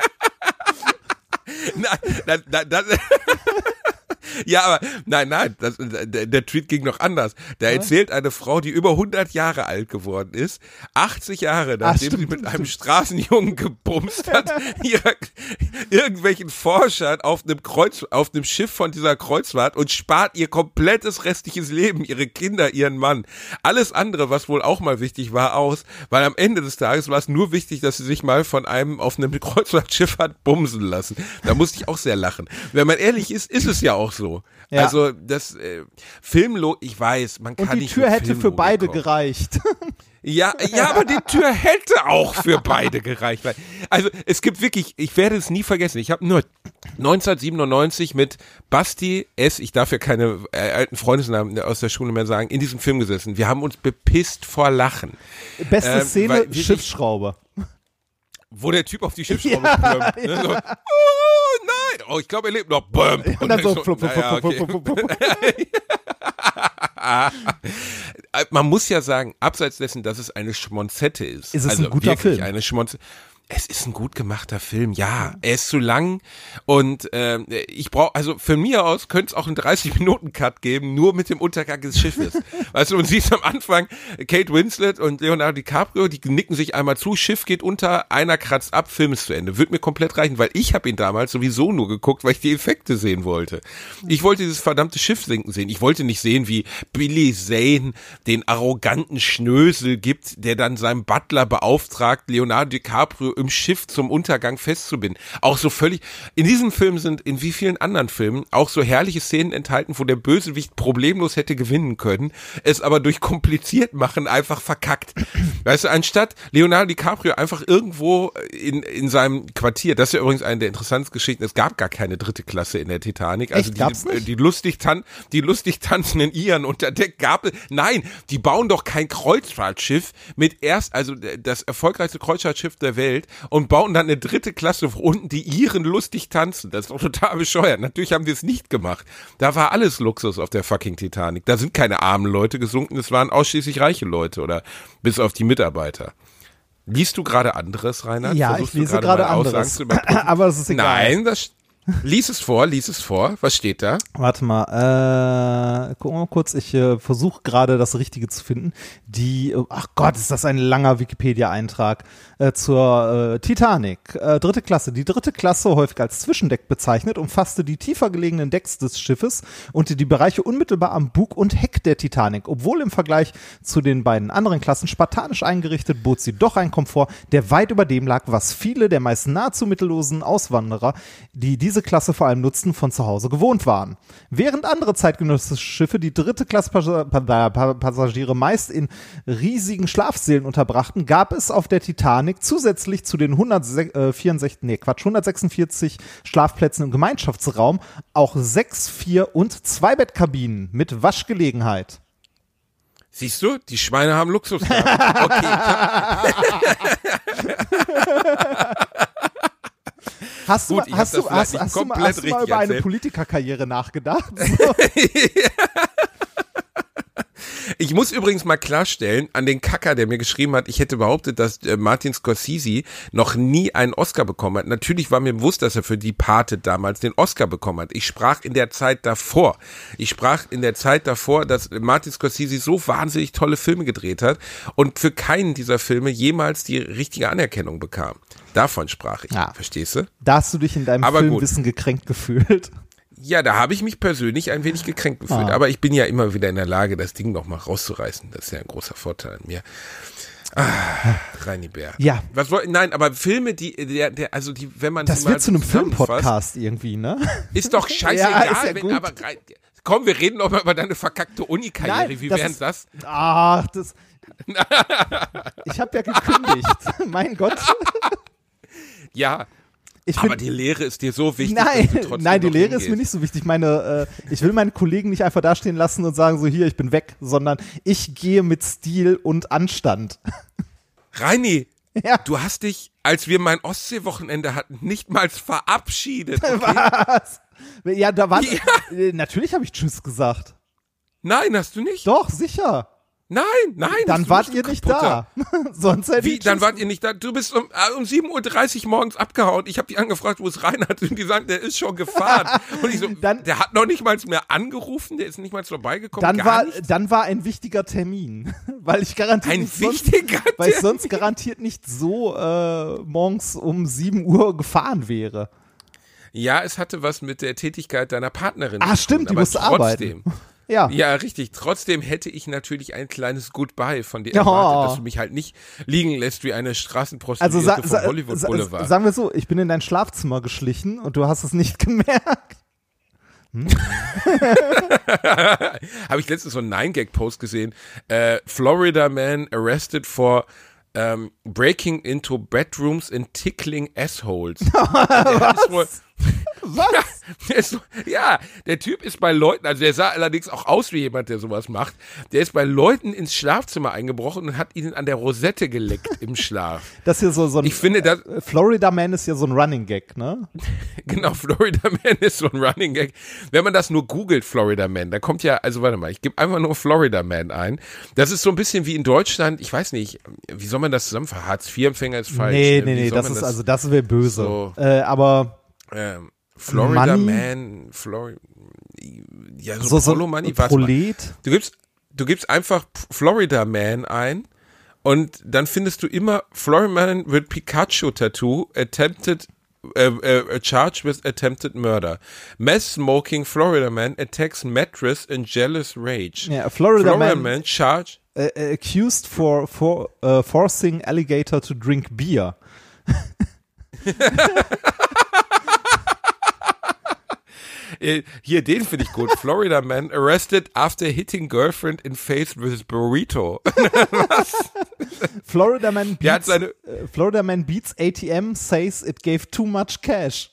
Nein, das, das, das ja, aber nein, nein, das, der, der Tweet ging noch anders. Da erzählt eine Frau, die über hundert Jahre alt geworden ist, achtzig Jahre, nachdem stimmt, sie mit einem stimmt. Straßenjungen gebumst hat, ihrer, irgendwelchen Forschern auf einem Kreuz, auf einem Schiff von dieser Kreuzfahrt und spart ihr komplettes restliches Leben, ihre Kinder, ihren Mann. Alles andere, was wohl auch mal wichtig war, aus, weil am Ende des Tages war es nur wichtig, dass sie sich mal von einem auf einem Kreuzfahrtschiff hat bumsen lassen. Da musste ich auch sehr lachen. Wenn man ehrlich ist, ist es ja auch so. Ja. Also das äh, Filmlo, ich weiß, man kann Und die nicht Tür mit hätte für Filmlogik beide kommen. gereicht. Ja, ja, aber die Tür hätte auch für beide gereicht. Weil- Also es gibt wirklich, ich werde es nie vergessen, ich habe nur neunzehnhundertsiebenundneunzig mit Basti S., ich darf ja keine äh, alten Freundesnamen aus der Schule mehr sagen, in diesem Film gesessen. Wir haben uns bepisst vor Lachen. Beste Ähm, Szene, weil wirklich- Schiffsschraube. Wo der Typ auf die Schiffsschraube Ja, stürmt. Ne? So, oh nein, oh ich glaube er lebt noch. Bäm. Und dann so so, flup, flup, naja, flup, okay. flup, flup, flup. Man muss ja sagen, abseits dessen, dass es eine Schmonzette ist. Ist es also ein guter wirklich Film? Eine Schmonzette. Es ist ein gut gemachter Film, ja. Er ist zu lang und äh, ich brauche, also von mir aus könnte es auch einen dreißig-Minuten-Cut geben, nur mit dem Untergang des Schiffes. Weißt du, und siehst am Anfang Kate Winslet und Leonardo DiCaprio, die nicken sich einmal zu, Schiff geht unter, einer kratzt ab, Film ist zu Ende. Wird mir komplett reichen, weil ich habe ihn damals sowieso nur geguckt, weil ich die Effekte sehen wollte. Ich wollte dieses verdammte Schiff sinken sehen. Ich wollte nicht sehen, wie Billy Zane den arroganten Schnösel gibt, der dann seinem Butler beauftragt, Leonardo DiCaprio im Schiff zum Untergang festzubinden. Auch so völlig, in diesem Film sind in wie vielen anderen Filmen auch so herrliche Szenen enthalten, wo der Bösewicht problemlos hätte gewinnen können, es aber durch kompliziert machen einfach verkackt. Weißt du, anstatt Leonardo DiCaprio einfach irgendwo in, in seinem Quartier, das ist ja übrigens eine der interessantesten Geschichten, es gab gar keine dritte Klasse in der Titanic, also Echt? Gab's die, nicht? die lustig tan die lustig tanzenden Iren unter Deck gab es, nein, die bauen doch kein Kreuzfahrtschiff mit erst, also das erfolgreichste Kreuzfahrtschiff der Welt und bauen dann eine dritte Klasse, wo unten die Iren lustig tanzen. Das ist doch total bescheuert. Natürlich haben wir es nicht gemacht. Da war alles Luxus auf der fucking Titanic. Da sind keine armen Leute gesunken, es waren ausschließlich reiche Leute oder bis auf die Mitarbeiter. Liest du gerade anderes, Reinhard? Ja, Versuchst ich lese du gerade meine Aussagen anderes. zu überprüfen? Aber es ist egal. Nein, das Lies es vor, lies es vor. Was steht da? Warte mal, äh, guck mal kurz, ich äh, versuche gerade das Richtige zu finden. Die, ach Gott, ist das ein langer Wikipedia-Eintrag äh, zur äh, Titanic. Äh, dritte Klasse. Die dritte Klasse, häufig als Zwischendeck bezeichnet, umfasste die tiefer gelegenen Decks des Schiffes und die, die Bereiche unmittelbar am Bug und Heck der Titanic. Obwohl im Vergleich zu den beiden anderen Klassen spartanisch eingerichtet, bot sie doch einen Komfort, der weit über dem lag, was viele der meist nahezu mittellosen Auswanderer, die diese Klasse vor allem nutzten, von zu Hause gewohnt waren. Während andere zeitgenössische Schiffe die dritte Klasse Passagiere meist in riesigen Schlafsälen unterbrachten, gab es auf der Titanic zusätzlich zu den hundertvierundsechzig, nee, Quatsch, hundertsechsundvierzig Schlafplätzen im Gemeinschaftsraum auch sechs, vier und zwei Bettkabinen mit Waschgelegenheit. Siehst du, die Schweine haben Luxus gehabt. Okay. Hast du, Gut, ich hast hab du, das hast, vielleicht hast du, nicht mal, komplett hast du mal richtig über eine erzählt. Politikerkarriere nachgedacht? Ich muss übrigens mal klarstellen, an den Kacker, der mir geschrieben hat, ich hätte behauptet, dass äh, Martin Scorsese noch nie einen Oscar bekommen hat. Natürlich war mir bewusst, dass er für Die Pate damals den Oscar bekommen hat. Ich sprach in der Zeit davor. Ich sprach in der Zeit davor, dass Martin Scorsese so wahnsinnig tolle Filme gedreht hat und für keinen dieser Filme jemals die richtige Anerkennung bekam. Davon sprach ich. Ja. Verstehst du? Da hast du dich in deinem Aber Filmwissen gekränkt gefühlt. Ja, da habe ich mich persönlich ein wenig gekränkt gefühlt. Ah. Aber ich bin ja immer wieder in der Lage, das Ding noch mal rauszureißen. Das ist ja ein großer Vorteil an mir. Ah, Reini Bär. Ja. Was woll, nein, aber Filme, die, der, der, also die, wenn man Das sie mal wird zu einem zusammenfasst, Filmpodcast irgendwie, ne? ist doch scheißegal. Ja, ist ja wenn, gut. aber rein, komm, wir reden doch mal über deine verkackte Uni-Karriere. Nein, Wie das wäre ist- das? Ach, das. Ich habe ja gekündigt. Mein Gott. Ja, Ich aber bin, die Lehre ist dir so wichtig, nein, dass du trotzdem nein, die noch Lehre ist hingehst. mir nicht so wichtig. Ich meine, äh, ich will meine Kollegen nicht einfach dastehen lassen und sagen so, hier, ich bin weg, sondern ich gehe mit Stil und Anstand. Reini, Ja. du hast dich, als wir mein Ostseewochenende hatten, nicht mal verabschiedet. Okay? Was? Ja, da war. Ja. Äh, Natürlich habe ich Tschüss gesagt. Nein, hast du nicht? Doch, sicher. Nein, nein. Dann hast du wart nicht, ihr du nicht Kaputter. da. Sonst hätte Wie, ich dann Tschüss wart ihr nicht da? Du bist um, äh, um sieben Uhr dreißig morgens abgehauen. Ich habe die angefragt, wo es Reinhard ist und die sagen, der ist schon gefahren. Und ich so, Dann- der hat noch nicht mal mehr angerufen, der ist nicht mal vorbeigekommen. Dann gar war, nichts. dann war ein wichtiger Termin, weil ich garantiert Ein nicht sonst, wichtiger weil ich Termin? sonst garantiert nicht so äh, morgens um sieben Uhr gefahren wäre. Ja, es hatte was mit der Tätigkeit deiner Partnerin Ah, zu stimmt, tun, die aber musste trotzdem. arbeiten. Ja. Ja, richtig. Trotzdem hätte ich natürlich ein kleines Goodbye von dir Ja. erwartet, dass du mich halt nicht liegen lässt wie eine Also Straßenprostituierte sa vom sa Hollywood sa Boulevard. sagen wir so, ich bin in dein Schlafzimmer geschlichen und du hast es nicht gemerkt. Habe ich letztens so einen Nine-Gag-Post gesehen. Äh, Florida Man arrested for ähm, breaking into bedrooms and tickling assholes. Der ist wohl, Was? ja, der ist, so- ja, der Typ ist bei Leuten, also der sah allerdings auch aus wie jemand, der sowas macht. Der ist bei Leuten ins Schlafzimmer eingebrochen und hat ihnen an der Rosette geleckt im Schlaf. Das hier so, so ein Ich finde, das, Florida Man ist ja so ein Running Gag, ne? genau, Florida Man ist so ein Running Gag. Wenn man das nur googelt, Florida Man, da kommt ja, also warte mal, ich gebe einfach nur Florida Man ein. Das ist so ein bisschen wie in Deutschland, ich weiß nicht, wie soll man das zusammenfassen? Hartz-vier-Empfänger ist falsch. Nee, ne? nee, Wie nee, soll das man ist, also das wäre böse. So. Äh, aber ähm, Florida Money? Man, Florida, ja, so, so, so Polo Money, warte mal. Prolet. Du gibst, du gibst einfach Florida Man ein und dann findest du immer Florida Man with Pikachu Tattoo attempted uh, uh, charged with attempted murder. Meth smoking Florida Man attacks mattress in jealous rage. Ja, Florida, Florida Man, Man charged. äh, äh, accused for, for uh, forcing alligator to drink beer. Äh, Hier, den finde ich gut. Florida Man arrested after hitting girlfriend in face with burrito. Florida Man Der hat beats, seine, äh, Florida Man beats A T M, says it gave too much cash.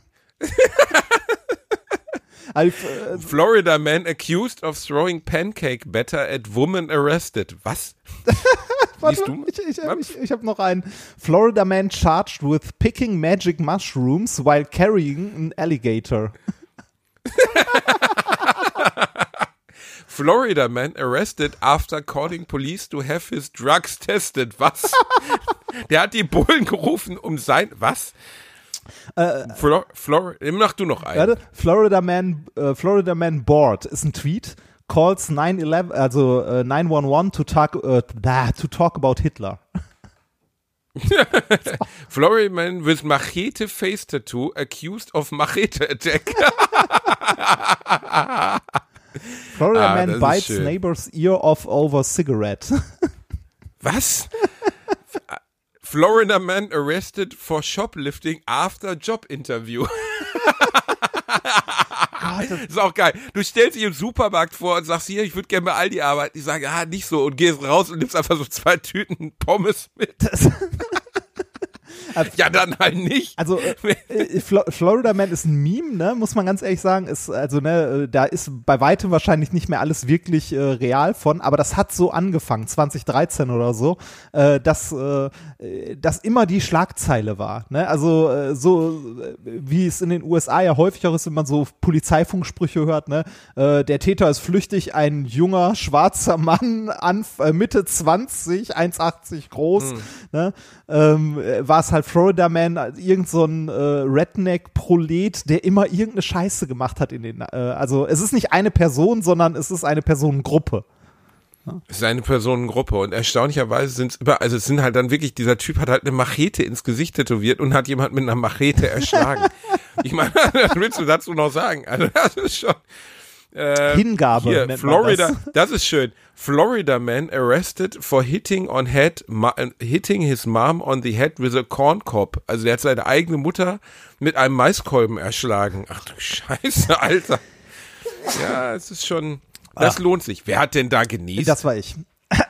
also, äh, Florida Man accused of throwing pancake batter at woman arrested. Was? warte, Liest du? ich ich, Was? ich, ich habe noch einen. Florida Man charged with picking magic mushrooms while carrying an alligator. Florida Man arrested after calling police to have his drugs tested. Was? Der hat die Bullen gerufen, um sein, was? Äh, Flor- Flor- mach du noch einen. Warte, Florida Man, äh, Florida Man Bored ist ein Tweet. Calls nine eleven, also äh, nine one one to talk, äh, to talk about Hitler. Florida Man with Machete face tattoo accused of Machete attack. Florida Ah, Man das ist bites schön. neighbor's ear off over cigarette. Was? Florida Man arrested for shoplifting after job interview. Ist auch geil. Du stellst dich im Supermarkt vor und sagst, hier, ich würde gerne bei Aldi arbeiten. Die sagen, ah, nicht so. Und gehst raus und nimmst einfach so zwei Tüten Pommes mit. Ja, dann halt nicht. Also äh, Flo- Florida Man ist ein Meme, ne, muss man ganz ehrlich sagen. Ist also ne, da ist bei weitem wahrscheinlich nicht mehr alles wirklich äh, real von, aber das hat so angefangen, zwanzig dreizehn oder so, äh, dass äh, das immer die Schlagzeile war. Ne? Also äh, so äh, wie es in den U S A ja häufig auch ist, wenn man so Polizeifunksprüche hört, ne, äh, der Täter ist flüchtig, ein junger schwarzer Mann, an, äh, Mitte zwanzig, eins achtzig groß, Hm. ne, ähm, war es halt Florida Man, irgend so ein äh, Redneck-Prolet, der immer irgendeine Scheiße gemacht hat in den, äh, also es ist nicht eine Person, sondern es ist eine Personengruppe. Es ist eine Personengruppe und erstaunlicherweise sind es über, also es sind halt dann wirklich, dieser Typ hat halt eine Machete ins Gesicht tätowiert und hat jemand mit einer Machete erschlagen. Ich meine, was willst du dazu noch sagen? Also das ist schon äh, Hingabe hier, nennt Florida, man das. das ist schön. Florida man arrested for hitting on head, ma, hitting his mom on the head with a corn cob. Also der hat seine eigene Mutter mit einem Maiskolben erschlagen. Ach du Scheiße, Alter. Ja, es ist schon, das Ach. lohnt sich. Wer hat denn da genießt? Das war ich.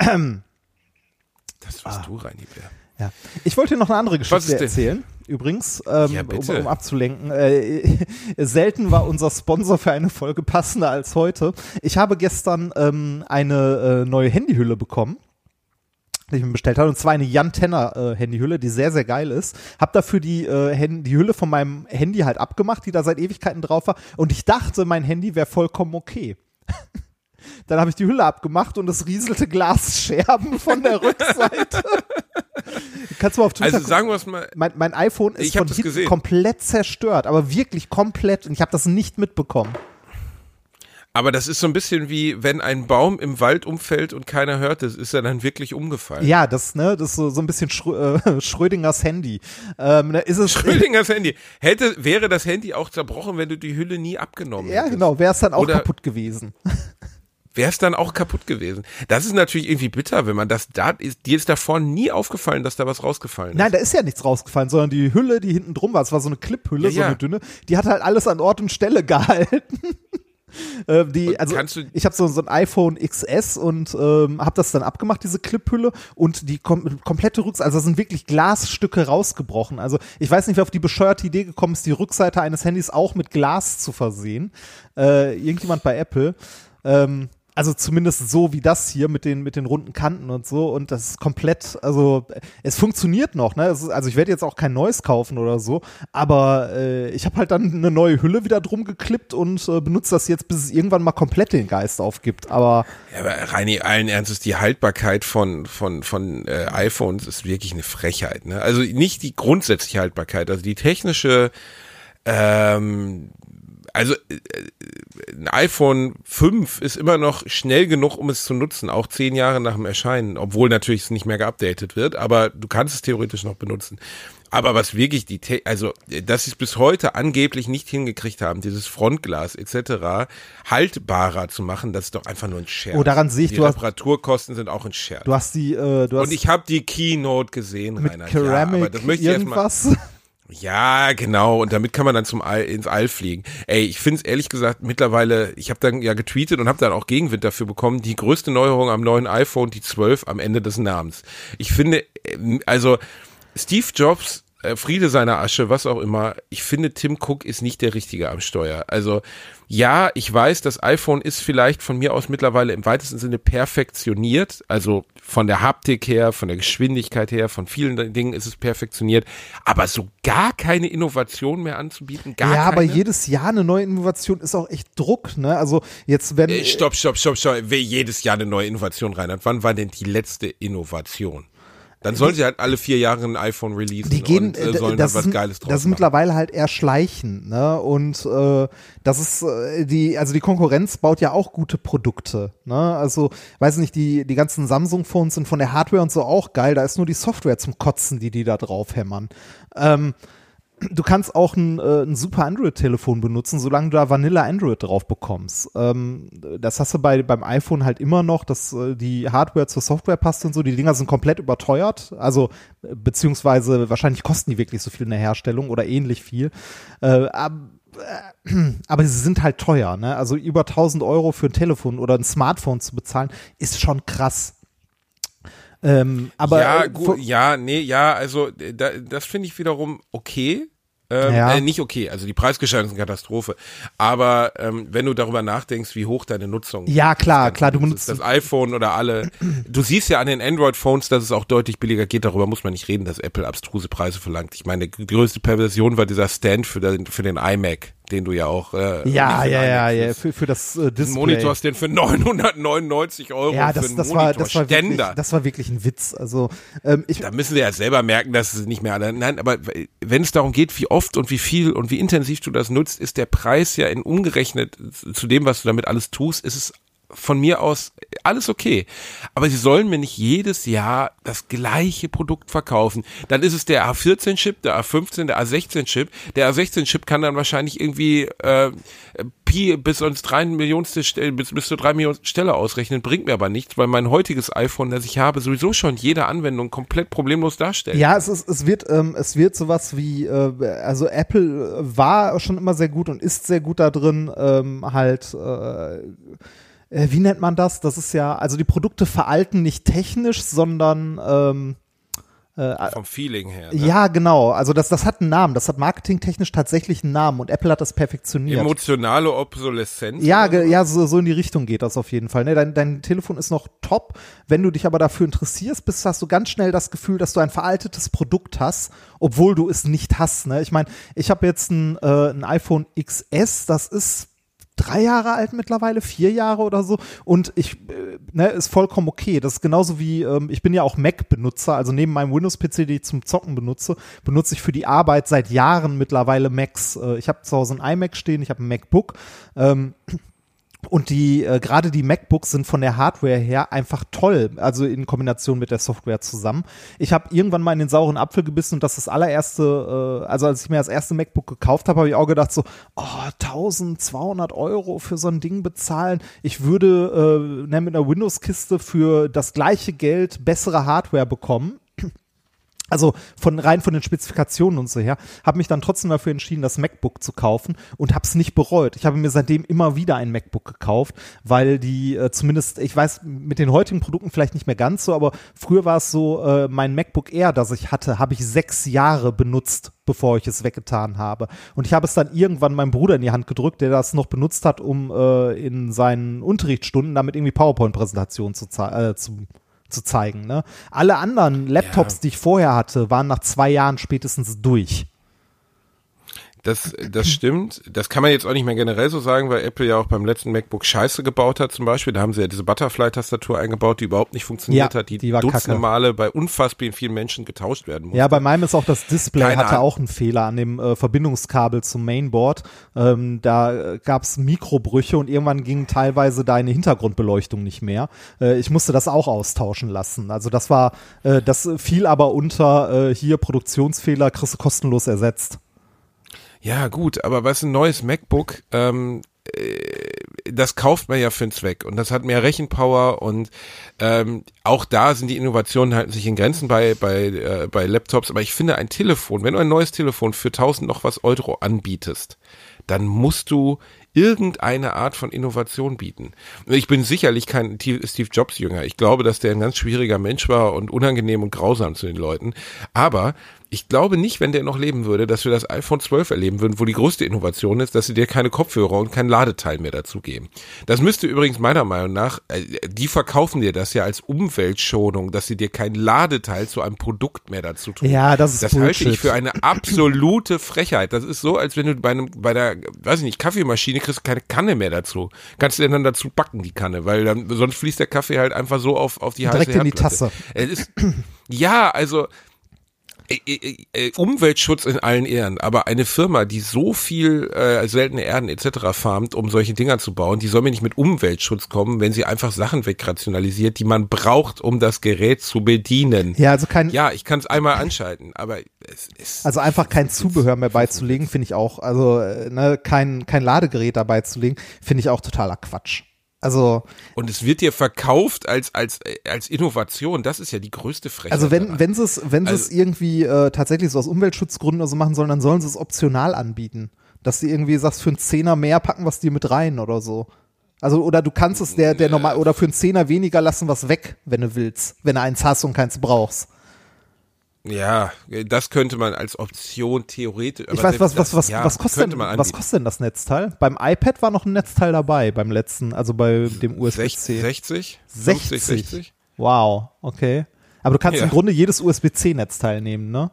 Das warst du, Reini Bär. Ja. Ich wollte dir noch eine andere Was Geschichte ist denn? erzählen, übrigens, ähm, Ja, um, bitte. um abzulenken. Äh, selten war unser Sponsor für eine Folge passender als heute. Ich habe gestern ähm, eine äh, neue Handyhülle bekommen, die ich mir bestellt habe, und zwar eine Jan Tenner äh, Handyhülle, die sehr, sehr geil ist. Hab dafür die, äh, Hand- die Hülle von meinem Handy halt abgemacht, die da seit Ewigkeiten drauf war, und ich dachte, mein Handy wäre vollkommen okay. Dann habe ich die Hülle abgemacht und es rieselte Glasscherben von der Rückseite. Kannst du mal auf Twitter Also sagen wir gucken. es mal, Mein, mein iPhone ist Ich hab von das hinten gesehen. komplett zerstört, aber wirklich komplett, und ich habe das nicht mitbekommen. aber das ist so ein bisschen wie, wenn ein Baum im Wald umfällt und keiner hört es, ist er dann wirklich umgefallen. Ja, das, ne, das ist so, so ein bisschen Schrö äh, Schrödingers Handy. Ähm, ne, ist es, Schrödingers Handy. Hätte, wäre das Handy auch zerbrochen, wenn du die Hülle nie abgenommen ja, hättest. genau, wäre es dann auch Oder- kaputt gewesen. Wäre es dann auch kaputt gewesen. Das ist natürlich irgendwie bitter, wenn man das da ist. Dir ist davor nie aufgefallen, dass da was rausgefallen ist. Nein, da ist ja nichts rausgefallen, sondern die Hülle, die hinten drum war, es war so eine Clip-Hülle, Ja, so ja. eine dünne, die hat halt alles an Ort und Stelle gehalten. ähm, die, Und also kannst du- ich habe so, so ein iPhone X S und ähm, habe das dann abgemacht, diese Clip-Hülle, und die kom komplette Rückseite, also da sind wirklich Glasstücke rausgebrochen. Also ich weiß nicht, wer auf die bescheuerte Idee gekommen ist, die Rückseite eines Handys auch mit Glas zu versehen. Äh, irgendjemand bei Apple. Ähm, Also zumindest so wie das hier mit den mit den runden Kanten und so, und das ist komplett, also es funktioniert noch, ne? Es ist, also ich werde jetzt auch kein neues kaufen oder so, aber äh, ich habe halt dann eine neue Hülle wieder drum geklippt und äh, benutze das jetzt, bis es irgendwann mal komplett den Geist aufgibt. Aber Ja, aber Reini, allen Ernstes, die Haltbarkeit von von von äh, iPhones ist wirklich eine Frechheit. Ne? Also nicht die grundsätzliche Haltbarkeit, also die technische. Ähm, also äh, ein iPhone fünf ist immer noch schnell genug, um es zu nutzen, auch zehn Jahre nach dem Erscheinen, obwohl natürlich es nicht mehr geupdatet wird, aber du kannst es theoretisch noch benutzen. Aber was wirklich die, Te also dass sie es bis heute angeblich nicht hingekriegt haben, dieses Frontglas et cetera haltbarer zu machen, das ist doch einfach nur ein Scherz. Oh, daran sehe ich, die du hast- Reparaturkosten sind auch ein Scherz. du hast die, äh, du hast Und ich habe die Keynote gesehen, mit Rainer. Ceramic ja, aber das möchte ich erst mal. irgendwas. Ja, genau. Und damit kann man dann zum All, ins All fliegen. Ey, ich finde es ehrlich gesagt mittlerweile, ich habe dann ja getweetet und habe dann auch Gegenwind dafür bekommen, die größte Neuerung am neuen iPhone, die zwölf am Ende des Namens. Ich finde, äh, also Steve Jobs, äh, Friede seiner Asche, was auch immer, ich finde, Tim Cook ist nicht der Richtige am Steuer. Also ja, ich weiß, das iPhone ist vielleicht von mir aus mittlerweile im weitesten Sinne perfektioniert, also von der Haptik her, von der Geschwindigkeit her, von vielen Dingen ist es perfektioniert, aber so gar keine Innovation mehr anzubieten, gar Ja, keine. aber jedes Jahr eine neue Innovation ist auch echt Druck, ne? Also jetzt wenn Äh, Stopp, stopp, stopp, stopp, wer jedes Jahr eine neue Innovation reinhat. Wann war denn die letzte Innovation? Dann sollen sie halt alle vier Jahre ein iPhone releasen die gehen, und äh, sollen das dann was ist, Geiles draus Das ist machen. mittlerweile halt eher schleichen, ne? Und äh, das ist äh, die, also die Konkurrenz baut ja auch gute Produkte, ne? Also, weiß nicht, die die ganzen Samsung-Phones sind von der Hardware und so auch geil. Da ist nur die Software zum Kotzen, die die da drauf hämmern. Ähm, Du kannst auch ein, äh, ein super Android-Telefon benutzen, solange du da Vanilla Android drauf bekommst. Ähm, das hast du bei beim iPhone halt immer noch, dass äh, die Hardware zur Software passt und so. Die Dinger sind komplett überteuert, also äh, beziehungsweise wahrscheinlich kosten die wirklich so viel in der Herstellung oder ähnlich viel. Äh, ab, äh, aber sie sind halt teuer, ne? Also über tausend Euro für ein Telefon oder ein Smartphone zu bezahlen, ist schon krass. Ähm, aber ja, äh, gut, ja, nee, ja, also da, das finde ich wiederum okay. Ähm, Ja. äh, nicht okay, also die Preisgestaltung ist eine Katastrophe. Aber ähm, wenn du darüber nachdenkst, wie hoch deine Nutzung Ja, klar, ist, klar, du das, benutzt das iPhone oder alle. Du siehst ja an den Android-Phones, dass es auch deutlich billiger geht. Darüber muss man nicht reden, dass Apple abstruse Preise verlangt. Ich meine, die größte Perversion war dieser Stand für den, für den iMac, den du ja auch äh, ja, nicht ja, für den ja, iMac ja, kriegst. für, für das äh, Diesen Display. Monitor hast du denn für neunhundertneunundneunzig Euro Ja, für das, einen das war, Monitor. das war wirklich, Ständer. das war wirklich ein Witz. Also, ähm, ich, Da müssen sie ja selber merken, dass es nicht mehr alle. Nein, aber wenn es darum geht, wie oft und wie viel und wie intensiv du das nutzt, ist der Preis ja in umgerechnet zu dem, was du damit alles tust, ist es von mir aus alles okay. Aber sie sollen mir nicht jedes Jahr das gleiche Produkt verkaufen. Dann ist es der A vierzehn Chip, der A fünfzehn, der A sechzehn Chip. Der A sechzehn Chip kann dann wahrscheinlich irgendwie äh, Pi bis uns drei Millionste Stelle, bis, bis zu drei Millionen Stelle ausrechnen, bringt mir aber nichts, weil mein heutiges iPhone, das ich habe, sowieso schon jede Anwendung komplett problemlos darstellt. ja, es ist, es wird, ähm, es wird sowas wie, äh, also Apple war schon immer sehr gut und ist sehr gut da drin, ähm, halt, äh, äh, wie nennt man das? Das ist ja, also die Produkte veralten nicht technisch, sondern ähm, äh, Vom Feeling her. Ne? ja, genau. Also das, das hat einen Namen. Das hat marketingtechnisch tatsächlich einen Namen und Apple hat das perfektioniert. Emotionale Obsoleszenz. Ja, oder ge- ja, so, so in die Richtung geht das auf jeden Fall. Ne? Dein, dein Telefon ist noch top. Wenn du dich aber dafür interessierst, bist, hast du ganz schnell das Gefühl, dass du ein veraltetes Produkt hast, obwohl du es nicht hast. Ne? Ich meine, ich habe jetzt ein, äh, ein iPhone X S, das ist drei Jahre alt mittlerweile, vier Jahre oder so und ich, äh, ne, ist vollkommen okay. Das ist genauso wie, ähm, ich bin ja auch Mac-Benutzer, also neben meinem Windows-P C, den ich zum Zocken benutze, benutze ich für die Arbeit seit Jahren mittlerweile Macs. Äh, ich habe zu Hause ein iMac stehen, ich habe ein MacBook, ähm, und die, äh, gerade die MacBooks sind von der Hardware her einfach toll, also in Kombination mit der Software zusammen. Ich habe irgendwann mal in den sauren Apfel gebissen und das ist das allererste, äh, also als ich mir das erste MacBook gekauft habe, habe ich auch gedacht so, oh, eintausendzweihundert Euro für so ein Ding bezahlen. Ich würde äh, ne, mit einer Windows-Kiste für das gleiche Geld bessere Hardware bekommen. Also von rein von den Spezifikationen und so her, habe mich dann trotzdem dafür entschieden, das MacBook zu kaufen und habe es nicht bereut. Ich habe mir seitdem immer wieder ein MacBook gekauft, weil die äh, zumindest, ich weiß, mit den heutigen Produkten vielleicht nicht mehr ganz so, aber früher war es so, äh, mein MacBook Air, das ich hatte, habe ich sechs Jahre benutzt, bevor ich es weggetan habe. Und ich habe es dann irgendwann meinem Bruder in die Hand gedrückt, der das noch benutzt hat, um äh, in seinen Unterrichtsstunden damit irgendwie PowerPoint-Präsentationen zu, äh, zu zu zeigen. Ne? Alle anderen Laptops, Ja. die ich vorher hatte, waren nach zwei Jahren spätestens durch. Das, das stimmt. Das kann man jetzt auch nicht mehr generell so sagen, weil Apple ja auch beim letzten MacBook Scheiße gebaut hat zum Beispiel. Da haben sie ja diese Butterfly-Tastatur eingebaut, die überhaupt nicht funktioniert Ja, hat, die, die war dutzende kacke. Male bei unfassbar vielen Menschen getauscht werden musste. Ja, bei meinem ist auch das Display, Keine hatte Ahnung. auch einen Fehler an dem äh, Verbindungskabel zum Mainboard. Ähm, da äh, gab es Mikrobrüche und irgendwann ging teilweise deine Hintergrundbeleuchtung nicht mehr. Äh, ich musste das auch austauschen lassen. Also das war, äh, das fiel aber unter äh, hier Produktionsfehler, kriegst du kostenlos ersetzt. Ja, gut, aber was ein neues MacBook, ähm, äh, das kauft man ja für einen Zweck und das hat mehr Rechenpower und ähm, auch da sind die Innovationen halten sich in Grenzen bei bei äh, bei Laptops, aber ich finde ein Telefon, wenn du ein neues Telefon für tausend noch was Euro anbietest, dann musst du irgendeine Art von Innovation bieten. Ich bin sicherlich kein Steve Jobs Jünger. Ich glaube, dass der ein ganz schwieriger Mensch war und unangenehm und grausam zu den Leuten. Aber ich glaube nicht, wenn der noch leben würde, dass wir das iPhone zwölf erleben würden, wo die größte Innovation ist, dass sie dir keine Kopfhörer und kein Ladeteil mehr dazu geben. Das müsste übrigens meiner Meinung nach, äh, die verkaufen dir das ja als Umweltschonung, dass sie dir kein Ladeteil zu einem Produkt mehr dazu tun. Ja, das ist Das Bullshit. halte ich für eine absolute Frechheit. Das ist so, als wenn du bei einem, bei der, weiß ich nicht, Kaffeemaschine kriegst du keine Kanne mehr dazu. Kannst du denn dann dazu backen, die Kanne, weil dann, sonst fließt der Kaffee halt einfach so auf, auf die heiße Direkt in die Herdplatte. Tasse. Es ist, ja, also, Äh, äh, äh, Umweltschutz in allen Ehren, aber eine Firma, die so viel äh, seltene Erden et cetera farmt, um solche Dinger zu bauen, die soll mir nicht mit Umweltschutz kommen, wenn sie einfach Sachen wegrationalisiert, die man braucht, um das Gerät zu bedienen. Ja, also kein, Ja, ich kann es einmal anschalten, aber es ist... also einfach kein Zubehör mehr beizulegen, finde ich auch, also äh, ne, kein, kein Ladegerät dabei zu legen, finde ich auch totaler Quatsch. Also Und es wird dir verkauft als als als Innovation. Das ist ja die größte Frechheit. Also wenn daran. wenn sie es wenn sie es Also- irgendwie äh, tatsächlich so aus Umweltschutzgründen oder so machen sollen, dann sollen sie es optional anbieten, dass du irgendwie sagst, für einen Zehner mehr packen wir es dir mit rein oder so. Also oder du kannst es der der normal oder für einen Zehner weniger lassen was weg, wenn du willst, wenn du eins hast und keins brauchst. Ja, das könnte man als Option theoretisch. Ich weiß, was, was, was, ja, was, kostet denn, was kostet denn das Netzteil? Beim iPad war noch ein Netzteil dabei, beim letzten, also bei dem U S B C. sechzig? sechzig? sechzig? Wow, okay. Aber du kannst Ja. im Grunde jedes U S B C-Netzteil nehmen, ne?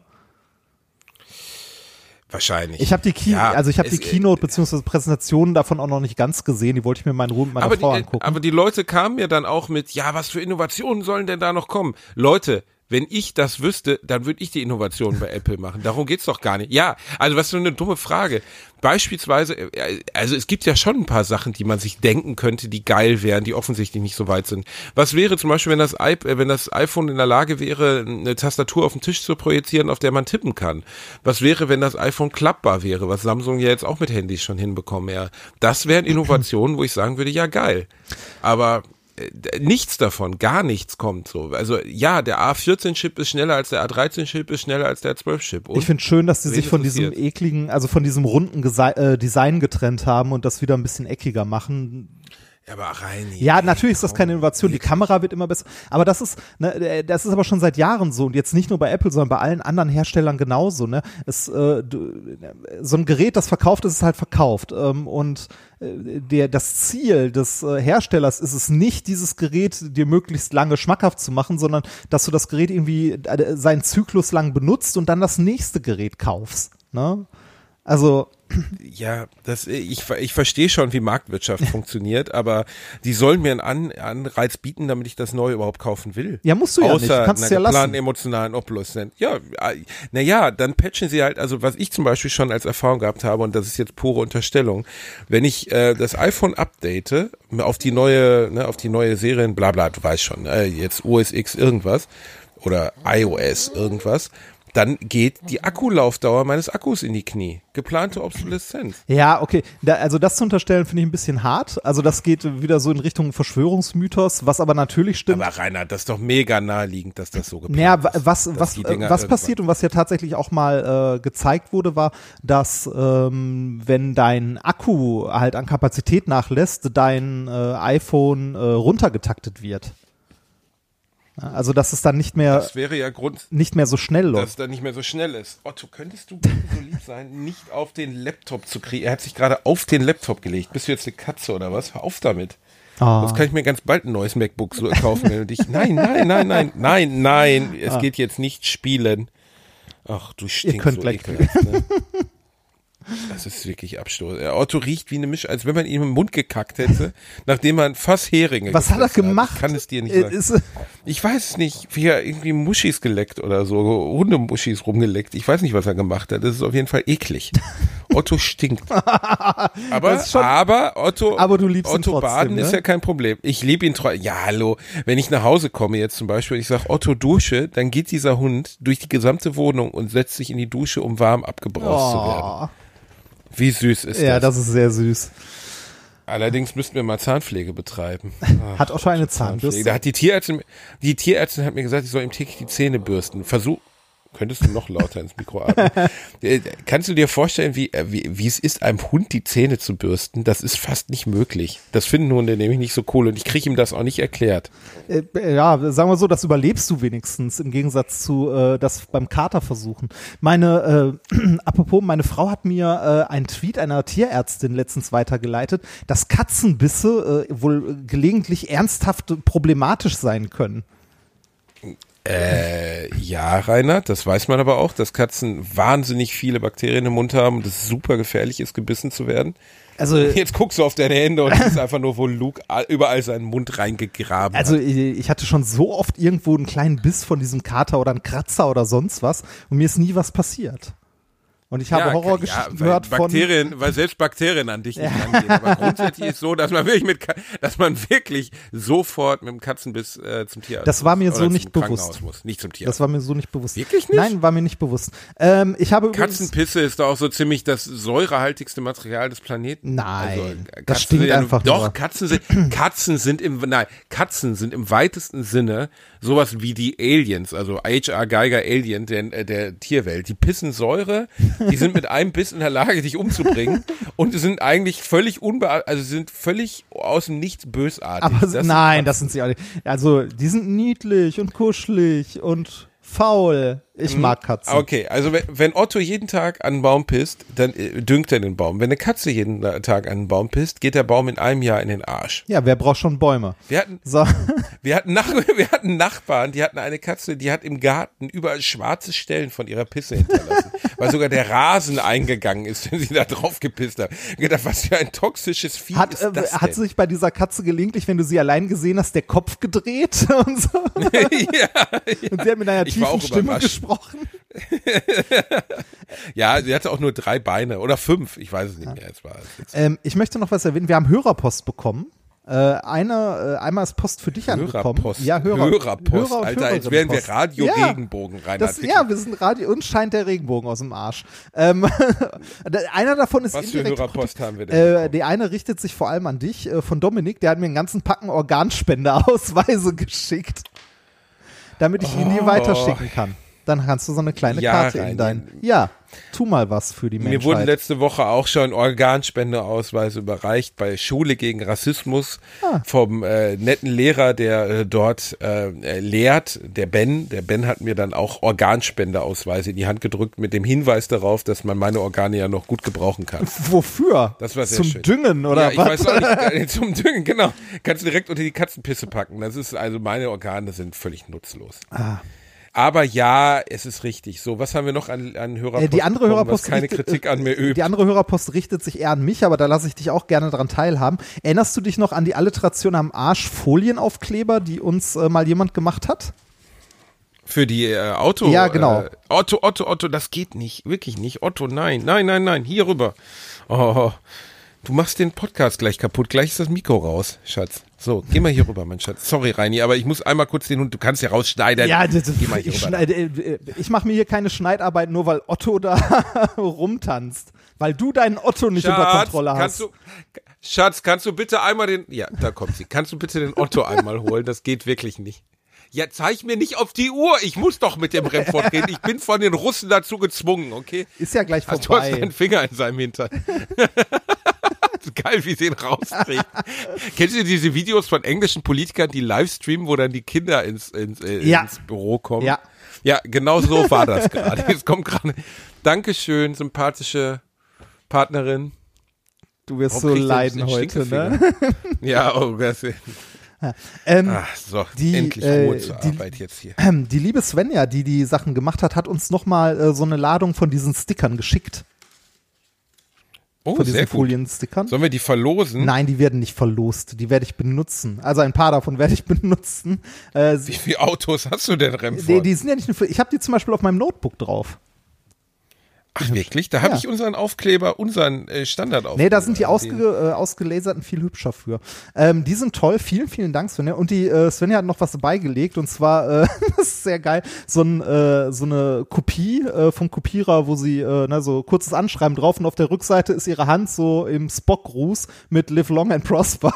Wahrscheinlich. Ich habe die, Key Ja, also ich hab die es- Keynote bzw. Präsentationen davon auch noch nicht ganz gesehen, die wollte ich mir mal in Ruhe mit meiner aber Frau die, angucken. aber die Leute kamen mir dann auch mit, ja, was für Innovationen sollen denn da noch kommen? Leute, wenn ich das wüsste, dann würde ich die Innovationen bei Apple machen. Darum geht's doch gar nicht. Ja, also was für eine dumme Frage. Beispielsweise, also es gibt ja schon ein paar Sachen, die man sich denken könnte, die geil wären, die offensichtlich nicht so weit sind. Was wäre zum Beispiel, wenn das, I- wenn das iPhone in der Lage wäre, eine Tastatur auf den Tisch zu projizieren, auf der man tippen kann? Was wäre, wenn das iPhone klappbar wäre, was Samsung ja jetzt auch mit Handys schon hinbekommen? Ja, das wären Innovationen, wo ich sagen würde, ja geil. Aber nichts davon, gar nichts kommt so. Also ja, der A vierzehn Chip ist schneller als der A dreizehn Chip, ist schneller als der A zwölf Chip. Und Ich finde schön, dass sie wen sich von diesem interessiert? ekligen, also von diesem runden Gese äh, Design getrennt haben und das wieder ein bisschen eckiger machen. Ja, aber rein. Ja, natürlich ist das keine Innovation. Die Kamera wird immer besser. Aber das ist, ne, das ist aber schon seit Jahren so und jetzt nicht nur bei Apple, sondern bei allen anderen Herstellern genauso. Ne, es, äh, du, so ein Gerät, das verkauft ist, ist halt verkauft. Ähm, und äh, der, das Ziel des äh, Herstellers ist es nicht, dieses Gerät dir möglichst lange schmackhaft zu machen, sondern dass du das Gerät irgendwie äh, seinen Zyklus lang benutzt und dann das nächste Gerät kaufst. Ne? Also Ja, das, ich, ich verstehe schon, wie Marktwirtschaft funktioniert, aber die sollen mir einen An, Anreiz bieten, damit ich das Neue überhaupt kaufen will. ja, musst du ja Außer nicht. Du kannst es ja einer geplanten lassen. emotionalen Obsoleszenz. Ja, naja, dann patchen sie halt, also was ich zum Beispiel schon als Erfahrung gehabt habe, und das ist jetzt pure Unterstellung, wenn ich äh, das iPhone update auf die neue, ne, auf die neue Serien, bla bla, du weißt schon, äh, jetzt O S X irgendwas oder iOS irgendwas, dann geht die Akkulaufdauer meines Akkus in die Knie. Geplante Obsoleszenz. Ja, okay. Da, also das zu unterstellen, finde ich ein bisschen hart. Also das geht wieder so in Richtung Verschwörungsmythos, was aber natürlich stimmt. Aber Reinhard, das ist doch mega naheliegend, dass das so geplant Naja, wa- ist. was, dass was, die äh, Dinger was irgendwann- passiert und was ja tatsächlich auch mal äh, gezeigt wurde, war, dass ähm, wenn dein Akku halt an Kapazität nachlässt, dein äh, iPhone äh, runtergetaktet wird. Ja, also dass es dann nicht mehr, Das wäre ja Grund, nicht mehr so schnell dass läuft. es dann nicht mehr so schnell ist. Otto, könntest du bitte so lieb sein, nicht auf den Laptop zu kriegen? Er hat sich gerade auf den Laptop gelegt. Bist du jetzt eine Katze oder was? Hör auf damit. Ah. Sonst kann ich mir ganz bald ein neues MacBook so kaufen, wenn du dich. Nein, nein, nein, nein, nein, nein. Es geht jetzt nicht spielen. Ach, du stinkst könnt so gleich ekelhaft, ne? Das ist wirklich Abstoß. Der Otto riecht wie eine Mischung, als wenn man ihm im Mund gekackt hätte, nachdem man fast Heringe Was hat er gefressen gemacht? Ich kann es dir nicht Äh, sagen. ist- Ich weiß es nicht, wie er irgendwie Muschis geleckt oder so, Hundemuschis rumgeleckt. Ich weiß nicht, was er gemacht hat. Das ist auf jeden Fall eklig. Otto stinkt. Aber, Das ist schon- aber Otto, Aber du liebst ihn Otto trotzdem, Baden ne? ist ja kein Problem. Ich liebe ihn trotzdem. Ja, hallo. Wenn ich nach Hause komme jetzt zum Beispiel, ich sage Otto Dusche, dann geht dieser Hund durch die gesamte Wohnung und setzt sich in die Dusche, um warm abgebraust zu werden. Oh. Wie süß ist Ja, das? das ist sehr süß. Allerdings müssten wir mal Zahnpflege betreiben. Ach, Hat Otto eine Zahnpflege. Zahnbürste? Da hat die Tierärztin, die Tierärztin hat mir gesagt, ich soll ihm täglich die Zähne bürsten. Versuch, könntest du noch lauter ins Mikro atmen? Äh, Kannst du dir vorstellen, wie, äh, wie, wie es ist, einem Hund die Zähne zu bürsten? Das ist fast nicht möglich. Das finden Hunde nämlich nicht so cool und ich kriege ihm das auch nicht erklärt. Äh, ja, sagen wir so, das überlebst du wenigstens im Gegensatz zu äh, das beim Kater versuchen. Meine, äh, apropos, meine Frau hat mir äh, einen Tweet einer Tierärztin letztens weitergeleitet, dass Katzenbisse äh, wohl gelegentlich ernsthaft problematisch sein können. Äh, ja, Reinhard, das weiß man aber auch, dass Katzen wahnsinnig viele Bakterien im Mund haben und es super gefährlich ist, gebissen zu werden. Also Jetzt guckst du auf deine Hände und siehst einfach nur, wo Luke überall seinen Mund reingegraben Also hat. ich hatte schon so oft irgendwo einen kleinen Biss von diesem Kater oder einen Kratzer oder sonst was und mir ist nie was passiert. Und ich habe Ja, Horrorgeschichten ja, weil gehört Bakterien, von... weil selbst Bakterien an dich nicht rangehen. Aber grundsätzlich ist so, dass man wirklich mit, Ka- dass man wirklich sofort mit dem Katzenbiss äh, zum Tierarzt Das war mir muss so oder nicht zum bewusst. Krankenhaus muss. Nicht zum Tierarzt. Das war mir so nicht bewusst. Wirklich nicht? Nein, war mir nicht bewusst. Ähm, ich habe übrigens... Katzenpisse ist doch auch so ziemlich das säurehaltigste Material des Planeten. Nein, also, das Katzen stinkt sind ja, einfach Doch, nur. Katzen sind, Katzen sind im, nein, Katzen sind im weitesten Sinne sowas wie die Aliens, also H R. Geiger Alien der, der Tierwelt. Die pissen Säure, die sind mit einem Biss in der Lage, dich umzubringen und sind eigentlich völlig unbe, also sind völlig aus dem Nichts bösartig. Aber Das nein, sind das sind sie auch nicht. Also die sind niedlich und kuschelig und faul. Ich mag Katzen. Okay, also wenn, wenn Otto jeden Tag an einen Baum pisst, dann äh, düngt er den Baum. Wenn eine Katze jeden Tag an einen Baum pisst, geht der Baum in einem Jahr in den Arsch. Ja, wer braucht schon Bäume? Wir hatten, So. wir hatten, Nach wir hatten Nachbarn, die hatten eine Katze, die hat im Garten überall schwarze Stellen von ihrer Pisse hinterlassen, weil sogar der Rasen eingegangen ist, wenn sie da drauf gepisst hat. Ich hab gedacht, was für ein toxisches Vieh Hat, ist äh, das hat denn? sich bei dieser Katze gelegentlich, wenn du sie allein gesehen hast, der Kopf gedreht und so? ja, Und sie hat mit einer Ich war tiefen auch Stimme überrascht. gesprochen. ja, sie hatte auch nur drei Beine oder fünf, ich weiß es nicht mehr. Es war jetzt Ähm, ich möchte noch was erwähnen. Wir haben Hörerpost bekommen. Äh, eine, äh, einmal ist Post für dich angekommen. Hörerpost. Ja, Hörer, Hörerpost, Hörer und Alter, als wären wir Hörerinnenpost. Radio Ja. Regenbogen, Reinhard. Das, ja, wir sind Radio, uns scheint der Regenbogen aus dem Arsch. Ähm, einer davon ist Was für indirekt Hörerpost haben wir denn? Äh, bekommen? die eine richtet sich vor allem an dich, äh, von Dominik, der hat mir einen ganzen Packen Organspendeausweise geschickt, damit ich ihn die Oh. weiterschicken kann. Dann kannst du so eine kleine Ja, Karte Reini. in dein... Ja, tu mal was für die Menschheit. Mir wurden letzte Woche auch schon Organspendeausweise überreicht bei Schule gegen Rassismus Ah. vom äh, netten Lehrer, der äh, dort äh, äh, lehrt, der Ben. Der Ben hat mir dann auch Organspendeausweise in die Hand gedrückt mit dem Hinweis darauf, dass man meine Organe ja noch gut gebrauchen kann. Wofür? Das war sehr Zum schön. Düngen oder ja, ich was? weiß auch nicht, äh, zum Düngen, genau. Kannst du direkt unter die Katzenpisse packen. Das ist also, meine Organe sind völlig nutzlos. Ah. Aber ja, es ist richtig. So, was haben wir noch an, an Hörerpost Äh, die andere bekommen, Hörerpost was keine richtet- Kritik an mir übt? Die andere Hörerpost richtet sich eher an mich, aber da lasse ich dich auch gerne dran teilhaben. Erinnerst du dich noch an die Alliteration am Arsch Folienaufkleber, die uns äh, mal jemand gemacht hat? Für die äh, Auto. Ja, genau. Äh, Otto, Otto, Otto, das geht nicht. Wirklich nicht. Otto, nein, nein, nein, nein. Hier rüber. Oh, du machst den Podcast gleich kaputt. Gleich ist das Mikro raus, Schatz. So, geh mal hier rüber, mein Schatz. Sorry, Reini, aber ich muss einmal kurz den Hund, du kannst ja rausschneiden. Ja, das, das, Geh mal hier ich, rüber. schneide, äh, ich mache mir hier keine Schneidarbeit, nur weil Otto da rumtanzt. Weil du deinen Otto nicht unter Kontrolle kannst hast. du, Schatz, kannst du bitte einmal den, ja, da kommt sie. Kannst du bitte den Otto einmal holen? Das geht wirklich nicht. Ja, zeig mir nicht auf die Uhr. Ich muss doch mit dem Remford reden. Ich bin von den Russen dazu gezwungen, okay? Ist ja gleich Ach, du hast vorbei. deinen Finger in seinem Hintern. Geil, wie sie ihn rauskriegt. Kennst du diese Videos von englischen Politikern, die livestreamen, wo dann die Kinder ins, ins, äh, Ja. ins Büro kommen? Ja. Ja, genau so war das gerade. Jetzt kommt gerade. Dankeschön, sympathische Partnerin. Du wirst Warum so krieg ich denn leiden einen heute, ne? Stinkefinger? Ja, oh Gott. Ähm, Ach so, die, endlich äh, Ruhe zur die- Arbeit jetzt hier. ähm, die liebe Svenja, die die Sachen gemacht hat, hat uns nochmal äh, so eine Ladung von diesen Stickern geschickt. Oh, Von diesen sehr gut. Folienstickern. Sollen wir die verlosen? Nein, die werden nicht verlost. Die werde ich benutzen. Also ein paar davon werde ich benutzen. Äh, Wie viele Autos hast du denn, Remford? die, die sind ja nicht nur für, ich habe die zum Beispiel auf meinem Notebook drauf. Ach wirklich? Da habe Ja. ich unseren Aufkleber, unseren äh, Standardaufkleber. Nee, da sind die Den- ausge, äh, ausgelaserten viel hübscher für. Ähm, die sind toll. Vielen, vielen Dank, Svenja. Und die äh, Svenja hat noch was beigelegt. Und zwar, äh, das ist sehr geil, so, ein, äh, so eine Kopie äh, vom Kopierer, wo sie äh, ne, so kurzes Anschreiben drauf und auf der Rückseite ist ihre Hand so im Spock-Gruß mit Live Long and Prosper.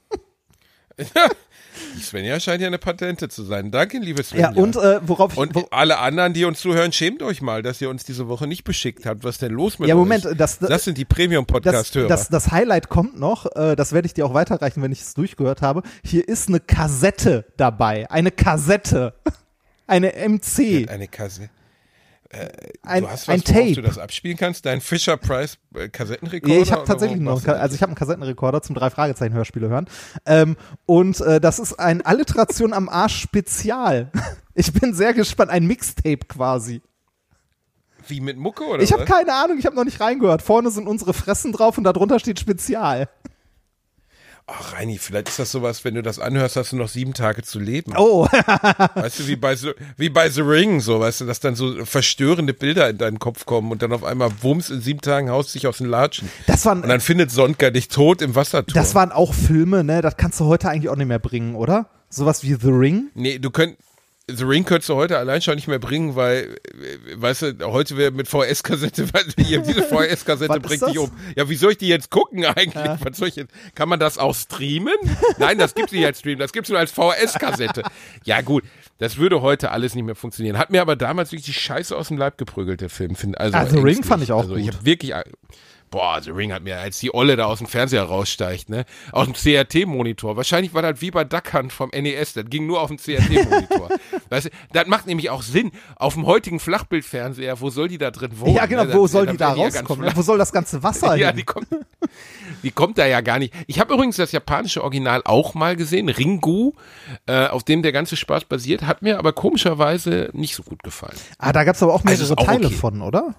Die Svenja scheint ja eine Patente zu sein. Danke, liebe Svenja. Ja, und äh, worauf ich... Und wo, alle anderen, die uns zuhören, schämt euch mal, dass ihr uns diese Woche nicht beschickt habt. Was ist denn los mit Ja, euch? Moment, das- das sind die das, Premium-Podcast-Hörer. das, das Highlight kommt noch, äh, das werde ich dir auch weiterreichen, wenn ich es durchgehört habe. Hier ist eine Kassette dabei. Eine Kassette. Eine M C. Eine Kasse. Äh, ein, du hast was, ein worauf Tape. du das abspielen kannst? Dein Fisher-Price-Kassettenrekorder? Ja, ich habe tatsächlich oder noch, worauf also ich habe einen Kassettenrekorder zum drei Fragezeichen Hörspiele hören. Ähm, und äh, das ist ein Alliteration am Arsch Spezial. Ich bin sehr gespannt, ein Mixtape quasi. Wie mit Mucke oder Ich habe was? keine Ahnung, ich habe noch nicht reingehört. Vorne sind unsere Fressen drauf und darunter steht Spezial. Ach, Reini, vielleicht ist das sowas, wenn du das anhörst, hast du noch sieben Tage zu leben. Oh, Weißt du, wie bei, so, wie bei The Ring, so, weißt du, dass dann so verstörende Bilder in deinen Kopf kommen und dann auf einmal wumms, in sieben Tagen haust dich aus den Latschen. das waren, Und dann findet Sonka dich tot im Wasserturm. das waren auch Filme, ne? Das kannst du heute eigentlich auch nicht mehr bringen, oder? Sowas wie The Ring. Nee, du könnt, The Ring könntest du heute allein schon nicht mehr bringen, weil, äh, weißt du, heute wäre mit V S-Kassette, weil hier, diese V S-Kassette Was ist bringt das? dich um. Ja, wie soll ich die jetzt gucken eigentlich? Ja. Was soll ich jetzt, kann man das auch streamen? Nein, das gibt's nicht als Stream, das gibt's nur als V S-Kassette. Ja, gut, das würde heute alles nicht mehr funktionieren. Hat mir aber damals wirklich die Scheiße aus dem Leib geprügelt, der Film. Find, also Ah, The Ring ängstlich. fand ich auch also, Ich gut. hab wirklich, boah, The Ring hat mir, als die Olle da aus dem Fernseher raussteigt, ne, aus dem C R T-Monitor. Wahrscheinlich war das wie bei Duck Hunt vom N E S, das ging nur auf dem C R T-Monitor. Weißt du, das macht nämlich auch Sinn. Auf dem heutigen Flachbildfernseher, wo soll die da drin wohnen? Ja, genau, ne? wo Das- soll dann die da werden ja ganz rauskommen? flach. Ne? Wo soll das ganze Wasser Ja, hin? die kommt, die kommt da ja gar nicht. Ich habe übrigens das japanische Original auch mal gesehen, Ringu, äh, auf dem der ganze Spaß basiert, hat mir aber komischerweise nicht so gut gefallen. Ah, da gab's aber auch mehrere Also ist auch Teile okay. von, oder?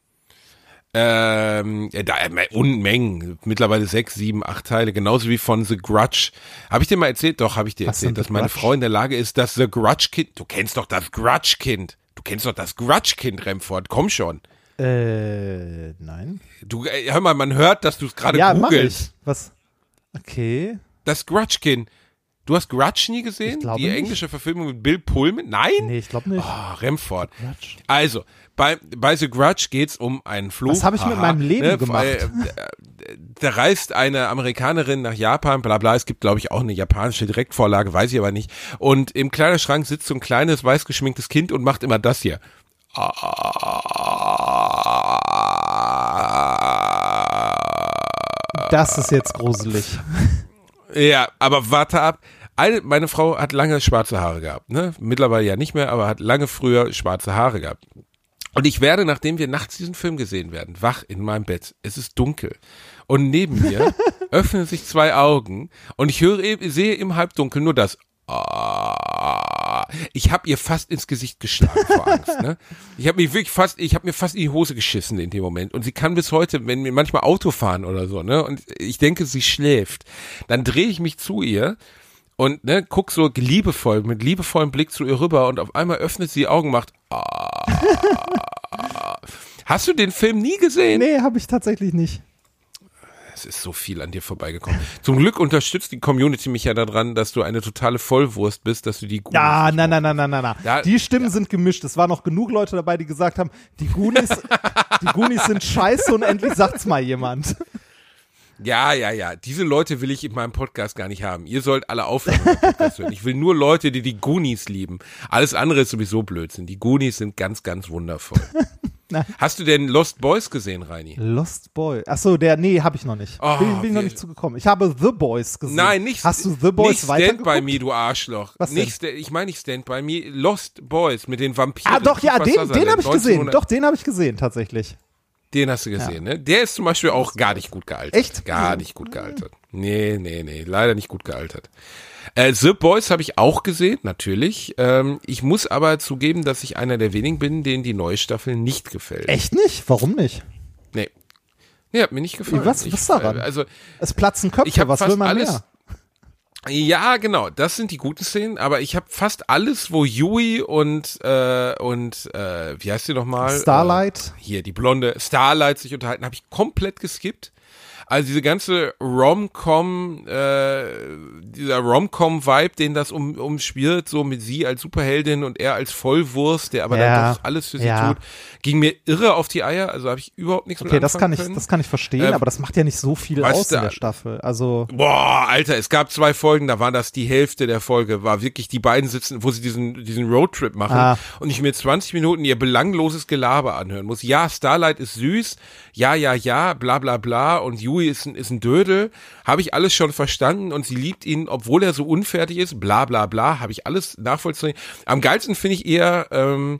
Ähm, ja, da äh, Unmengen, mittlerweile sechs, sieben, acht Teile, genauso wie von The Grudge. Habe ich dir mal erzählt? Doch, habe ich dir Was erzählt, denn dass The meine Grudge? Frau in der Lage ist, dass The Grudge Kind, du kennst doch das Grudge Kind, du kennst doch das Grudge Kind, Remford, komm schon. Äh, nein. Du, äh, hör mal, man hört, dass du es gerade Ja, mach googelst. ich. Was? Okay. Das Grudge Kind. Du hast Grudge nie gesehen? Ich glaube Die nicht. englische Verfilmung mit Bill Pullman? Nein? Nee, ich glaube nicht. Oh, Remford. Grudge. Also, bei, bei The Grudge geht's um einen Flug. Was habe ich mit Haha, meinem Leben ne, gemacht? äh, Da reist eine Amerikanerin nach Japan, bla bla. Es gibt, glaube ich, auch eine japanische Direktvorlage, weiß ich aber nicht. Und im Kleiderschrank sitzt so ein kleines, weiß geschminktes Kind und macht immer das hier. Das ist jetzt gruselig. Ja, aber warte ab. Eine, meine Frau hat lange schwarze Haare gehabt, ne? Mittlerweile ja nicht mehr, aber hat lange früher schwarze Haare gehabt. Und ich werde, nachdem wir nachts diesen Film gesehen werden, wach in meinem Bett. Es ist dunkel. Und neben mir öffnen sich zwei Augen und ich höre, sehe im Halbdunkel nur das. Ich habe ihr fast ins Gesicht geschlagen vor Angst. Ne? Ich habe mich wirklich fast, ich habe mir fast in die Hose geschissen in dem Moment. Und sie kann bis heute, wenn wir manchmal Auto fahren oder so, ne, und ich denke, sie schläft, dann drehe ich mich zu ihr. Und ne, guck so liebevoll, mit liebevollem Blick zu ihr rüber und auf einmal öffnet sie die Augen, macht ah. Hast du den Film nie gesehen? Nee, habe ich tatsächlich nicht. Es ist so viel an dir vorbeigekommen. Zum Glück unterstützt die Community mich ja daran, dass du eine totale Vollwurst bist, dass du die Goonies Ja, nicht nein, nein, nein, nein, nein, nein. Da- Die Stimmen sind gemischt. Es waren noch genug Leute dabei, die gesagt haben, die Goonies, die Goonies sind scheiße und endlich sagt's mal jemand. Ja, ja, ja. Diese Leute will ich in meinem Podcast gar nicht haben. Ihr sollt alle aufhören, meinen Podcast hören. Ich will nur Leute, die die Goonies lieben. Alles andere ist sowieso Blödsinn. Die Goonies sind ganz, ganz wundervoll. Hast du denn Lost Boys gesehen, Reini? Lost Boy. Achso, der, nee, habe ich noch nicht. Oh, bin bin ich noch wir- nicht zugekommen. Ich habe The Boys gesehen. Nein, nicht, Hast du The Boys nicht Stand weitergeguckt? By Me, du Arschloch. Was denn? nicht Sta- ich meine nicht Stand By Me, Lost Boys mit den Vampiren. Ah, doch, ja, Kiefer den, den Sutherland, habe ich gesehen. neunzehnhundert Doch, den habe ich gesehen, tatsächlich. Den hast du gesehen, ne? Der ist zum Beispiel auch gar nicht gut gealtert. Echt? Gar nicht gut gealtert. Nee, nee, nee, leider nicht gut gealtert. Äh, The Boys habe ich auch gesehen, natürlich. Ähm, ich muss aber zugeben, dass ich einer der wenigen bin, denen die neue Staffel nicht gefällt. Echt nicht? Warum nicht? Nee. Nee, hat mir nicht gefallen. Was- ich, was daran? äh, Also, Es platzen Köpfe, ich habe was fast will man alles. mehr? Ja, genau, das sind die guten Szenen, aber ich habe fast alles, wo Yui und äh, und äh, wie heißt sie nochmal? Starlight. Äh, hier, die blonde Starlight sich unterhalten, habe ich komplett geskippt. Also diese ganze Rom-Com, äh, dieser Rom-Com-Vibe, den das um, umspielt, so mit sie als Superheldin und er als Vollwurst, der aber Ja, dann doch alles für sie ja. tut, ging mir irre auf die Eier, also habe ich überhaupt nichts Okay, mit das kann anfangen ich, können. das kann ich verstehen, Ähm, aber das macht ja nicht so viel weißt aus in du, der Staffel. Also, Boah, Alter, es gab zwei Folgen, da war das die Hälfte der Folge, war wirklich die beiden sitzen, wo sie diesen diesen Roadtrip machen Ah. und ich mir zwanzig Minuten ihr belangloses Gelaber anhören muss. Ja, Starlight ist süß, ja, ja, ja, bla bla bla und Yui ist ein, ist ein Dödel, habe ich alles schon verstanden und sie liebt ihn, obwohl er so unfertig ist, bla bla bla, habe ich alles nachvollzogen. Am geilsten finde ich eher, ähm,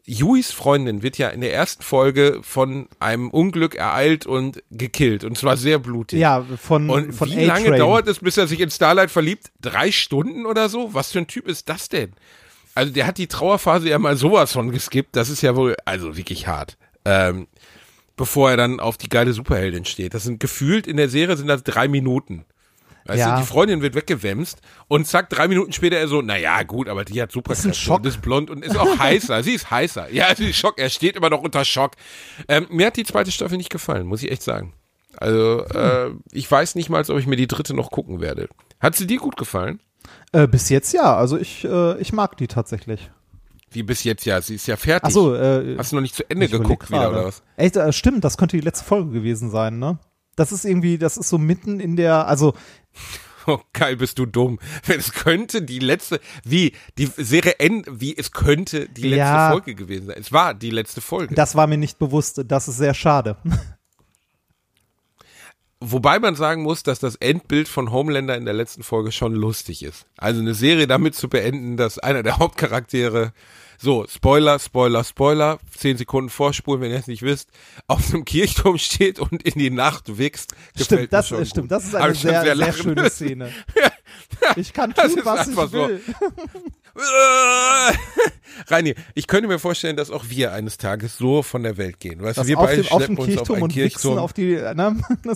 Yuis Freundin wird ja in der ersten Folge von einem Unglück ereilt und gekillt. Und zwar sehr blutig. Ja, von, und von wie lange A-Train. dauert es, bis er sich in Starlight verliebt? Drei Stunden oder so? Was für ein Typ ist das denn? Also der hat die Trauerphase ja mal sowas von geskippt. Das ist ja wohl, also wirklich hart. Ähm, bevor er dann auf die geile Superheldin steht. Das sind gefühlt, in der Serie sind das drei Minuten. Weißt Ja. du, die Freundin wird weggewämst und zack, drei Minuten später er so, naja, gut, aber die hat super Das ist ein Schock. und ist blond und ist auch heißer. Sie ist heißer. Ja, sie ist Schock. Er steht immer noch unter Schock. Ähm, mir hat die zweite Staffel nicht gefallen, muss ich echt sagen. Also, äh, ich weiß nicht mal, ob ich mir die dritte noch gucken werde. Hat sie dir gut gefallen? Äh, bis jetzt ja, also ich, äh, ich mag die tatsächlich. Wie bis jetzt ja, sie ist ja fertig. Ach so, äh, Hast du noch nicht zu Ende ich überleg geguckt wieder, gerade. oder was? Echt, äh, stimmt, das könnte die letzte Folge gewesen sein, ne? Das ist irgendwie, das ist so mitten in der, also Oh, geil, bist du dumm. Es könnte die letzte, wie, die Serie N, wie es könnte die letzte Ja. Folge gewesen sein. Es war die letzte Folge. das war mir nicht bewusst, das ist sehr schade. Wobei man sagen muss, dass das Endbild von Homelander in der letzten Folge schon lustig ist. Also eine Serie damit zu beenden, dass einer der Hauptcharaktere, so, Spoiler, Spoiler, Spoiler, zehn Sekunden vorspulen, wenn ihr es nicht wisst, auf einem Kirchturm steht und in die Nacht wächst, gefällt Stimmt, mir das, schon stimmt, gut. das ist Hab eine ich schon sehr, sehr, lachen schöne müssen. Szene. Ich kann Das tun, ist was ich einfach so. will. Reini, ich könnte mir vorstellen, dass auch wir eines Tages so von der Welt gehen. Weißt du, Das wir auf beide dem, auf schleppen dem uns auf Kirchturm einen und wichsen Kirchturm auf die, ne? Das,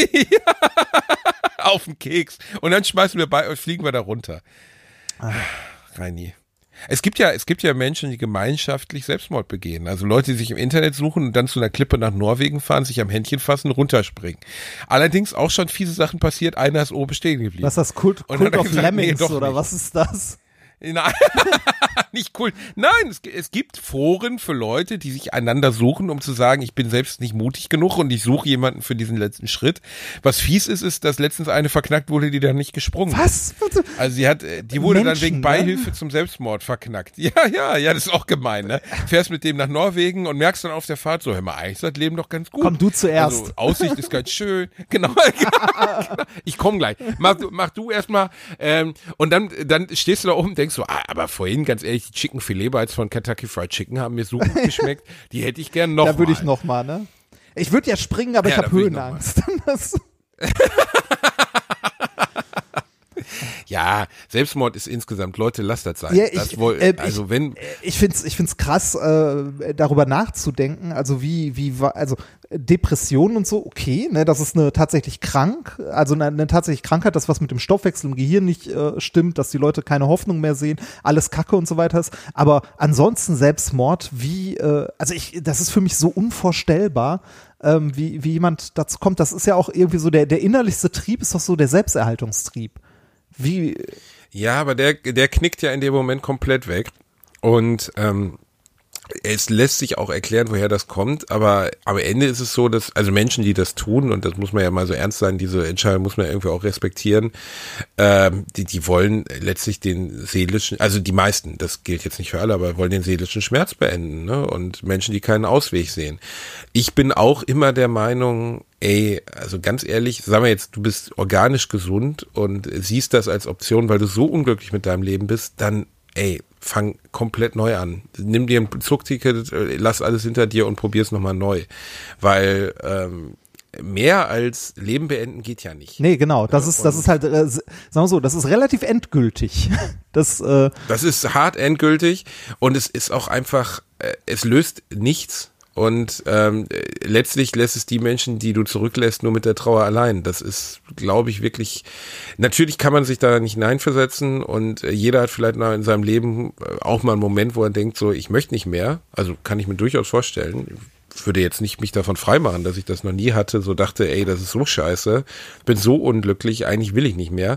auf den Keks und dann schmeißen wir bei, fliegen wir da runter. Reini. Es gibt ja, es gibt ja Menschen, die gemeinschaftlich Selbstmord begehen. Also Leute, die sich im Internet suchen und dann zu einer Klippe nach Norwegen fahren, sich am Händchen fassen, runterspringen. Allerdings auch schon fiese Sachen passiert. Einer ist oben stehen geblieben. was ist das? Kult, Und Kult dann hat er of gesagt, nee, Lemmings doch oder nicht. was ist das? Nein, nicht cool. Nein, es, es gibt Foren für Leute, die sich einander suchen, um zu sagen, ich bin selbst nicht mutig genug und ich suche jemanden für diesen letzten Schritt. Was fies ist, ist, dass letztens eine verknackt wurde, die dann nicht gesprungen ist. Was? Also sie hat, die wurde dann Menschen, wegen ne? Beihilfe zum Selbstmord verknackt. Ja, ja, ja, das ist auch gemein, ne? Fährst mit dem nach Norwegen und merkst dann auf der Fahrt so, hör mal, eigentlich ist das Leben doch ganz gut. Komm du zuerst. Also Aussicht ist ganz schön. Genau. genau. Ich komm gleich. Mach, du- mach du erstmal. Ähm, und dann, dann stehst du da oben und denkst so, ah, aber vorhin, ganz ehrlich, die Chicken Filet Bites von Kentucky Fried Chicken haben mir so gut geschmeckt. Die hätte ich gern noch Da würde ich mal. noch mal, ne? Ich würde ja springen, aber Ja, ich da habe würd ich noch mal. Höhenangst. Das, Ja, Selbstmord ist insgesamt, Leute, lasst das sein. Ja, ich- das woll, äh, also ich- wenn, ich find's, ich find's krass, äh, darüber nachzudenken, also wie, wie, wa- also Depressionen und so, okay, ne, das ist eine tatsächlich krank, also eine, eine tatsächlich Krankheit, das was mit dem Stoffwechsel im Gehirn nicht äh, stimmt, dass die Leute keine Hoffnung mehr sehen, alles Kacke und so weiter ist, aber ansonsten Selbstmord, wie, äh, also ich, das ist für mich so unvorstellbar, ähm, wie, wie jemand dazu kommt, das ist ja auch irgendwie so, der, der innerlichste Trieb ist doch so der Selbsterhaltungstrieb. Wie, ja, aber der, der knickt ja in dem Moment komplett weg. Und ähm, es lässt sich auch erklären, woher das kommt, aber am Ende ist es so, dass, also Menschen, die das tun, und das muss man ja mal so ernst sein, diese Entscheidung muss man ja irgendwie auch respektieren, ähm, die, die wollen letztlich den seelischen, also die meisten, das gilt jetzt nicht für alle, aber wollen den seelischen Schmerz beenden, ne? Und Menschen, die keinen Ausweg sehen. Ich bin auch immer der Meinung, ey, also ganz ehrlich, sagen wir jetzt, du bist organisch gesund und siehst das als Option, weil du so unglücklich mit deinem Leben bist, dann, ey, fang komplett neu an. Nimm dir ein Zugticket, lass alles hinter dir und probier's nochmal neu. Weil ähm, mehr als Leben beenden geht ja nicht. nee, genau, das ist, das und- ist halt, äh, sagen wir so, das ist relativ endgültig. Das, äh, Das ist hart endgültig und es ist auch einfach, äh, es löst nichts. Und ähm, letztlich lässt es die Menschen, die du zurücklässt, nur mit der Trauer allein. Das ist, glaube ich, wirklich, natürlich kann man sich da nicht hineinversetzen und äh, jeder hat vielleicht mal in seinem Leben äh, auch mal einen Moment, wo er denkt, so, ich möchte nicht mehr. Also kann ich mir durchaus vorstellen. Ich würde jetzt nicht mich davon freimachen, dass ich das noch nie hatte, so dachte, ey, das ist so scheiße, bin so unglücklich, eigentlich will ich nicht mehr.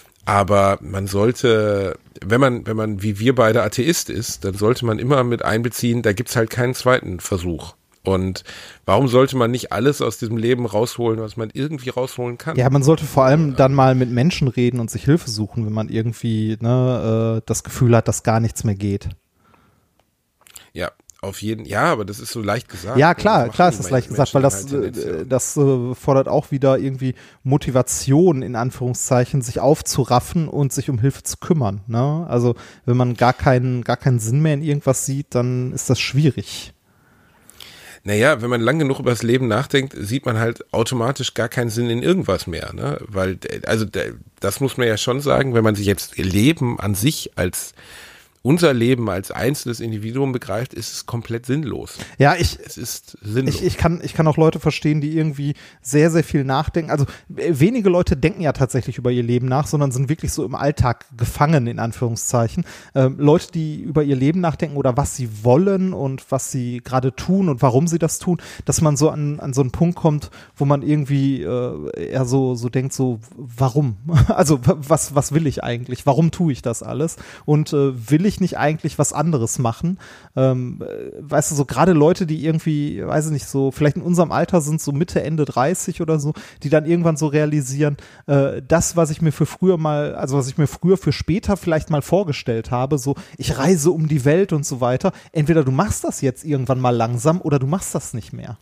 Aber man sollte, wenn man, wenn man wie wir beide Atheist ist, dann sollte man immer mit einbeziehen, da gibt's halt keinen zweiten Versuch. Und warum sollte man nicht alles aus diesem Leben rausholen, was man irgendwie rausholen kann? ja, man sollte vor allem dann mal mit Menschen reden und sich Hilfe suchen, wenn man irgendwie ne, äh, das Gefühl hat, dass gar nichts mehr geht. Ja, Auf jeden, ja, aber das ist so leicht gesagt. Ja, klar, Das klar machen ist das die leicht gesagt, weil das, Menschen halt äh, tendenziell. das äh, fordert auch wieder irgendwie Motivation, in Anführungszeichen, sich aufzuraffen und sich um Hilfe zu kümmern. Ne? Also wenn man gar keinen, gar keinen Sinn mehr in irgendwas sieht, dann ist das schwierig. Naja, wenn man lang genug über das Leben nachdenkt, sieht man halt automatisch gar keinen Sinn in irgendwas mehr, ne? Weil, also das muss man ja schon sagen, wenn man sich jetzt Leben an sich als unser Leben als einzelnes Individuum begreift, ist es komplett sinnlos. Ja, ich, Es ist sinnlos. ich, ich kann, ich kann auch Leute verstehen, die irgendwie sehr, sehr viel nachdenken. Also äh, wenige Leute denken ja tatsächlich über ihr Leben nach, sondern sind wirklich so im Alltag gefangen, in Anführungszeichen. Ähm, Leute, die über ihr Leben nachdenken oder was sie wollen und was sie gerade tun und warum sie das tun, dass man so an, an so einen Punkt kommt, wo man irgendwie äh, eher so, so denkt, so, warum? Also w- was, was will ich eigentlich? Warum tue ich das alles? Und äh, will ich nicht eigentlich was anderes machen? Ähm, äh, weißt du, so gerade Leute, die irgendwie, weiß ich nicht, so vielleicht in unserem Alter sind, so Mitte, Ende dreißig oder so, die dann irgendwann so realisieren, äh, das, was ich mir für früher mal, also was ich mir früher für später vielleicht mal vorgestellt habe, so ich reise um die Welt und so weiter, entweder du machst das jetzt irgendwann mal langsam oder du machst das nicht mehr.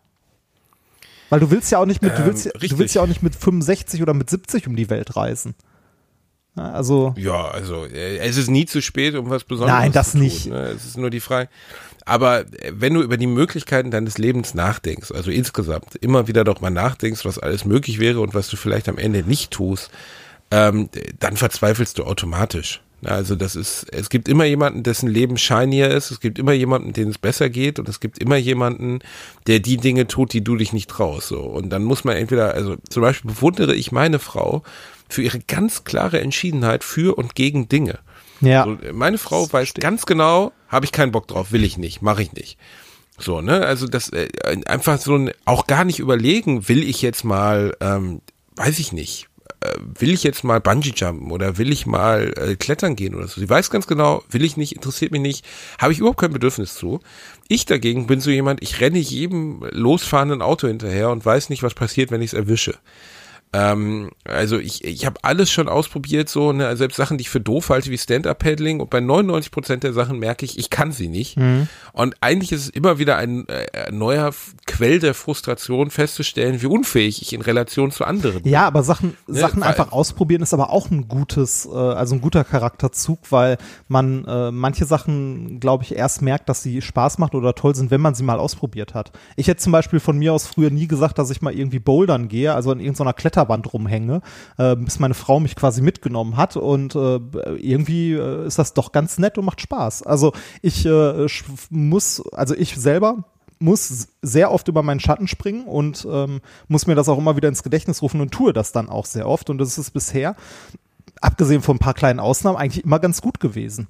Weil du willst ja auch nicht mit, du willst, Ähm, ja- du richtig. willst ja auch nicht mit fünfundsechzig oder mit siebzig um die Welt reisen. Ja, also Ja, also äh, es ist nie zu spät, um was Besonderes Nein, das zu tun. nicht. Ne? Es ist nur die Frage. Aber äh, wenn du über die Möglichkeiten deines Lebens nachdenkst, also insgesamt immer wieder doch mal nachdenkst, was alles möglich wäre und was du vielleicht am Ende nicht tust, ähm, dann verzweifelst du automatisch. Also das ist, es gibt immer jemanden, dessen Leben shinier ist, es gibt immer jemanden, denen es besser geht und es gibt immer jemanden, der die Dinge tut, die du dich nicht traust. So. Und dann muss man entweder, also zum Beispiel bewundere ich meine Frau für ihre ganz klare Entschiedenheit für und gegen Dinge. ja. So, meine Frau weiß ganz genau, habe ich keinen Bock drauf, will ich nicht, mache ich nicht. So, ne, also das äh, einfach so ein, auch gar nicht überlegen, will ich jetzt mal, ähm, weiß ich nicht, äh, will ich jetzt mal Bungee jumpen oder will ich mal äh, klettern gehen oder so. Sie weiß ganz genau, will ich nicht, interessiert mich nicht, habe ich überhaupt kein Bedürfnis zu. Ich dagegen bin so jemand, ich renne jedem losfahrenden Auto hinterher und weiß nicht, was passiert, wenn ich es erwische. Ähm, also ich, ich habe alles schon ausprobiert, so, ne, selbst Sachen, die ich für doof halte, wie Stand-Up-Paddling, und bei neunundneunzig Prozent der Sachen merke ich, ich kann sie nicht. Mhm. Und eigentlich ist es immer wieder ein äh, neuer F- Quell der Frustration festzustellen, wie unfähig ich in Relation zu anderen bin. Ja, aber Sachen, Ne, Sachen weil- einfach ausprobieren ist aber auch ein gutes, äh, also ein guter Charakterzug, weil man äh, manche Sachen, glaube ich, erst merkt, dass sie Spaß macht oder toll sind, wenn man sie mal ausprobiert hat. Ich hätte zum Beispiel von mir aus früher nie gesagt, dass ich mal irgendwie bouldern gehe, also an irgendeiner Kletterband rumhänge, äh, bis meine Frau mich quasi mitgenommen hat und äh, irgendwie äh, ist das doch ganz nett und macht Spaß. Also ich äh, sch- muss, also ich selber muss sehr oft über meinen Schatten springen und ähm, muss mir das auch immer wieder ins Gedächtnis rufen und tue das dann auch sehr oft. Und das ist bisher, abgesehen von ein paar kleinen Ausnahmen, eigentlich immer ganz gut gewesen.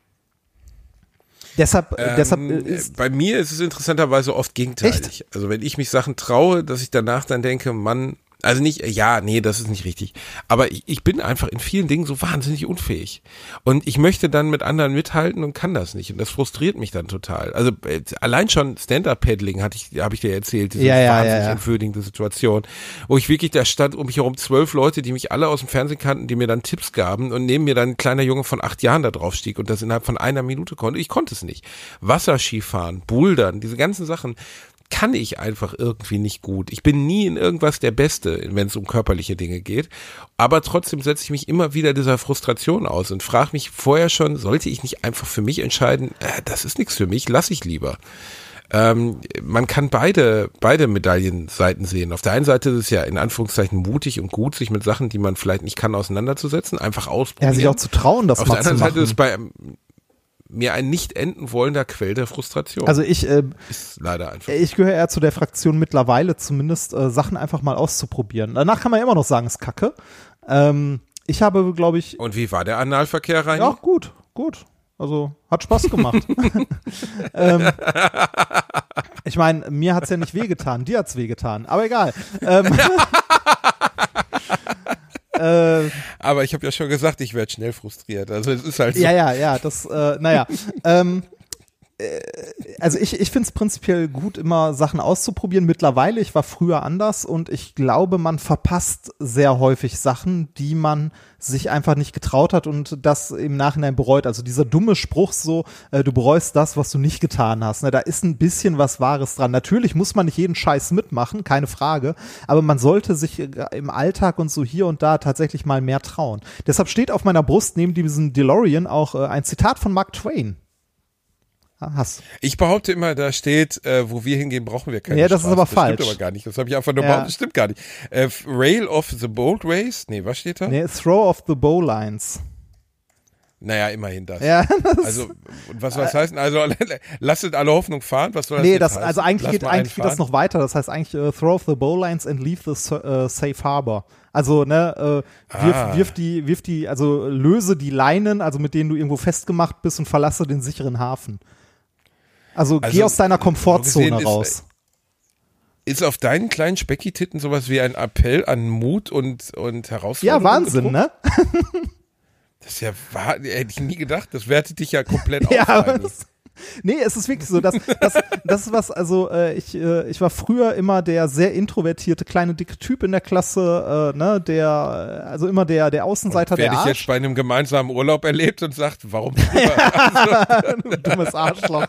Deshalb, äh, Ähm, deshalb äh, ist, bei mir ist es interessanterweise oft gegenteilig. Echt? Also wenn ich mich Sachen traue, dass ich danach dann denke, Mann, also nicht, ja, nee, das ist nicht richtig. Aber ich, ich bin einfach in vielen Dingen so wahnsinnig unfähig. Und ich möchte dann mit anderen mithalten und kann das nicht. Und das frustriert mich dann total. Also äh, allein schon Stand-Up-Paddling hatte ich, habe ich dir erzählt, diese Ja, ja, wahnsinnig ja, ja. entwürdigende Situation, wo ich wirklich, da stand um mich herum zwölf Leute, die mich alle aus dem Fernsehen kannten, die mir dann Tipps gaben und neben mir dann ein kleiner Junge von acht Jahren da drauf stieg und das innerhalb von einer Minute konnte. Ich konnte es nicht. Wasserskifahren, Bouldern, diese ganzen Sachen kann ich einfach irgendwie nicht gut. Ich bin nie in irgendwas der Beste, wenn es um körperliche Dinge geht. Aber trotzdem setze ich mich immer wieder dieser Frustration aus und frage mich vorher schon, sollte ich nicht einfach für mich entscheiden, äh, das ist nichts für mich, lass ich lieber. Ähm, man kann beide, beide Medaillenseiten sehen. Auf der einen Seite ist es ja in Anführungszeichen mutig und gut, sich mit Sachen, die man vielleicht nicht kann, auseinanderzusetzen, einfach ausprobieren. ja, sich auch zu trauen, das Auf mal der zu anderen machen. Seite ist es bei mir ein nicht enden wollender Quell der Frustration. Also ich, äh, ist leider einfach. ich gehöre eher zu der Fraktion mittlerweile zumindest, äh, Sachen einfach mal auszuprobieren. Danach kann man ja immer noch sagen, ist Kacke. Ähm, ich habe, glaube ich, Und wie war der Analverkehr rein? ja, gut, gut. Also hat Spaß gemacht. ähm, ich meine, mir hat's ja nicht wehgetan, dir hat's wehgetan, aber egal. Ähm, äh, Aber ich habe ja schon gesagt, ich werde schnell frustriert. Also es ist halt so. ja, ja, ja, das, äh, naja. ähm, Also ich, ich finde es prinzipiell gut, immer Sachen auszuprobieren. Mittlerweile, ich war früher anders und ich glaube, man verpasst sehr häufig Sachen, die man sich einfach nicht getraut hat und das im Nachhinein bereut. Also dieser dumme Spruch so, äh, du bereust das, was du nicht getan hast. Ne? Da ist ein bisschen was Wahres dran. Natürlich muss man nicht jeden Scheiß mitmachen, keine Frage, aber man sollte sich im Alltag und so hier und da tatsächlich mal mehr trauen. Deshalb steht auf meiner Brust neben diesem DeLorean auch äh, ein Zitat von Mark Twain. Hast. Ich behaupte immer, da steht, äh, wo wir hingehen, brauchen wir keine Ja, das Straße. ist aber das falsch. Das stimmt aber gar nicht. Das habe ich einfach nur Ja. behauptet. Das stimmt gar nicht. Äh, Rail of the Boat Race? Nee, was steht da? Nee, Throw of the Bowlines. Naja, immerhin das. Ja, das Also, und was soll das heißen? Also, lasset alle Hoffnung fahren? Was soll das Nee, jetzt das, heißen? also eigentlich, Lass geht, mal eigentlich geht das einfahren. noch weiter. Das heißt eigentlich uh, Throw of the Bowlines and leave the uh, safe harbor. Also, ne, äh, wirf, Ah. wirf die, wirf die, also löse die Leinen, also mit denen du irgendwo festgemacht bist und verlasse den sicheren Hafen. Also, Also, geh aus deiner Komfortzone so gesehen ist- raus. Ist auf deinen kleinen Specki-Titten sowas wie ein Appell an Mut und, und Herausforderung? Ja, Wahnsinn, gedruckt? ne? Das ist ja wahr, hätte ich nie gedacht. Das wertet dich ja komplett Ja, auf. aber eigentlich. das, nee, es ist wirklich so, dass, das, das ist was, also äh, ich, äh, ich war früher immer der sehr introvertierte kleine dicke Typ in der Klasse, äh, ne, der, äh, also immer der, der Außenseiter, Wer der dich Arsch. jetzt bei einem gemeinsamen Urlaub erlebt und sagt, warum? Du dummes Arschloch.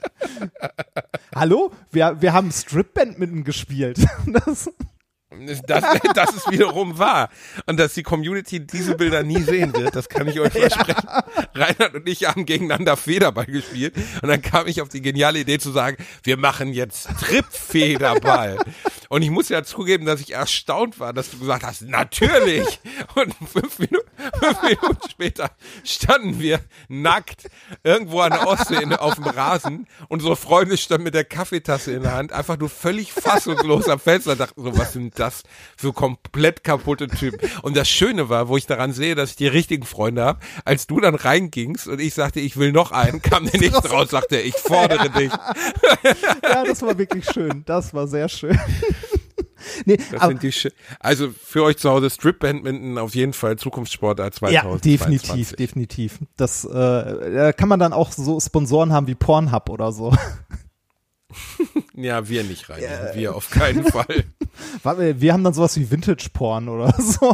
Hallo? Wir, wir haben Stripband mitten gespielt. Das, Das, das ist wiederum wahr. Und dass die Community diese Bilder nie sehen wird, das kann ich euch versprechen. Ja. Reinhard und ich haben gegeneinander Federball gespielt und dann kam ich auf die geniale Idee zu sagen, wir machen jetzt Strip-Federball. Und ich muss ja zugeben, dass ich erstaunt war, dass du gesagt hast, natürlich. Und fünf Minuten, fünf Minuten später standen wir nackt irgendwo an der Ostsee in, auf dem Rasen. Unsere Freunde standen mit der Kaffeetasse in der Hand, einfach nur völlig fassungslos am Fenster, dachten so, was sind das für komplett kaputte Typen. Und das Schöne war, wo ich daran sehe, dass ich die richtigen Freunde habe, als du dann reingingst und ich sagte, ich will noch einen, kam der nächste raus, sagte er, ich fordere dich. ja, das war wirklich schön. Das war sehr schön. Nee, Das aber, sind die Sch- also für euch zu Hause Strip-Badminton auf jeden Fall Zukunftssportart ja, zweitausendzweiundzwanzig. definitiv, definitiv. Das äh, da kann man dann auch so Sponsoren haben wie Pornhub oder so. Ja, wir nicht rein. Wir auf keinen Fall. Warte, wir haben dann sowas wie Vintage-Porn oder so.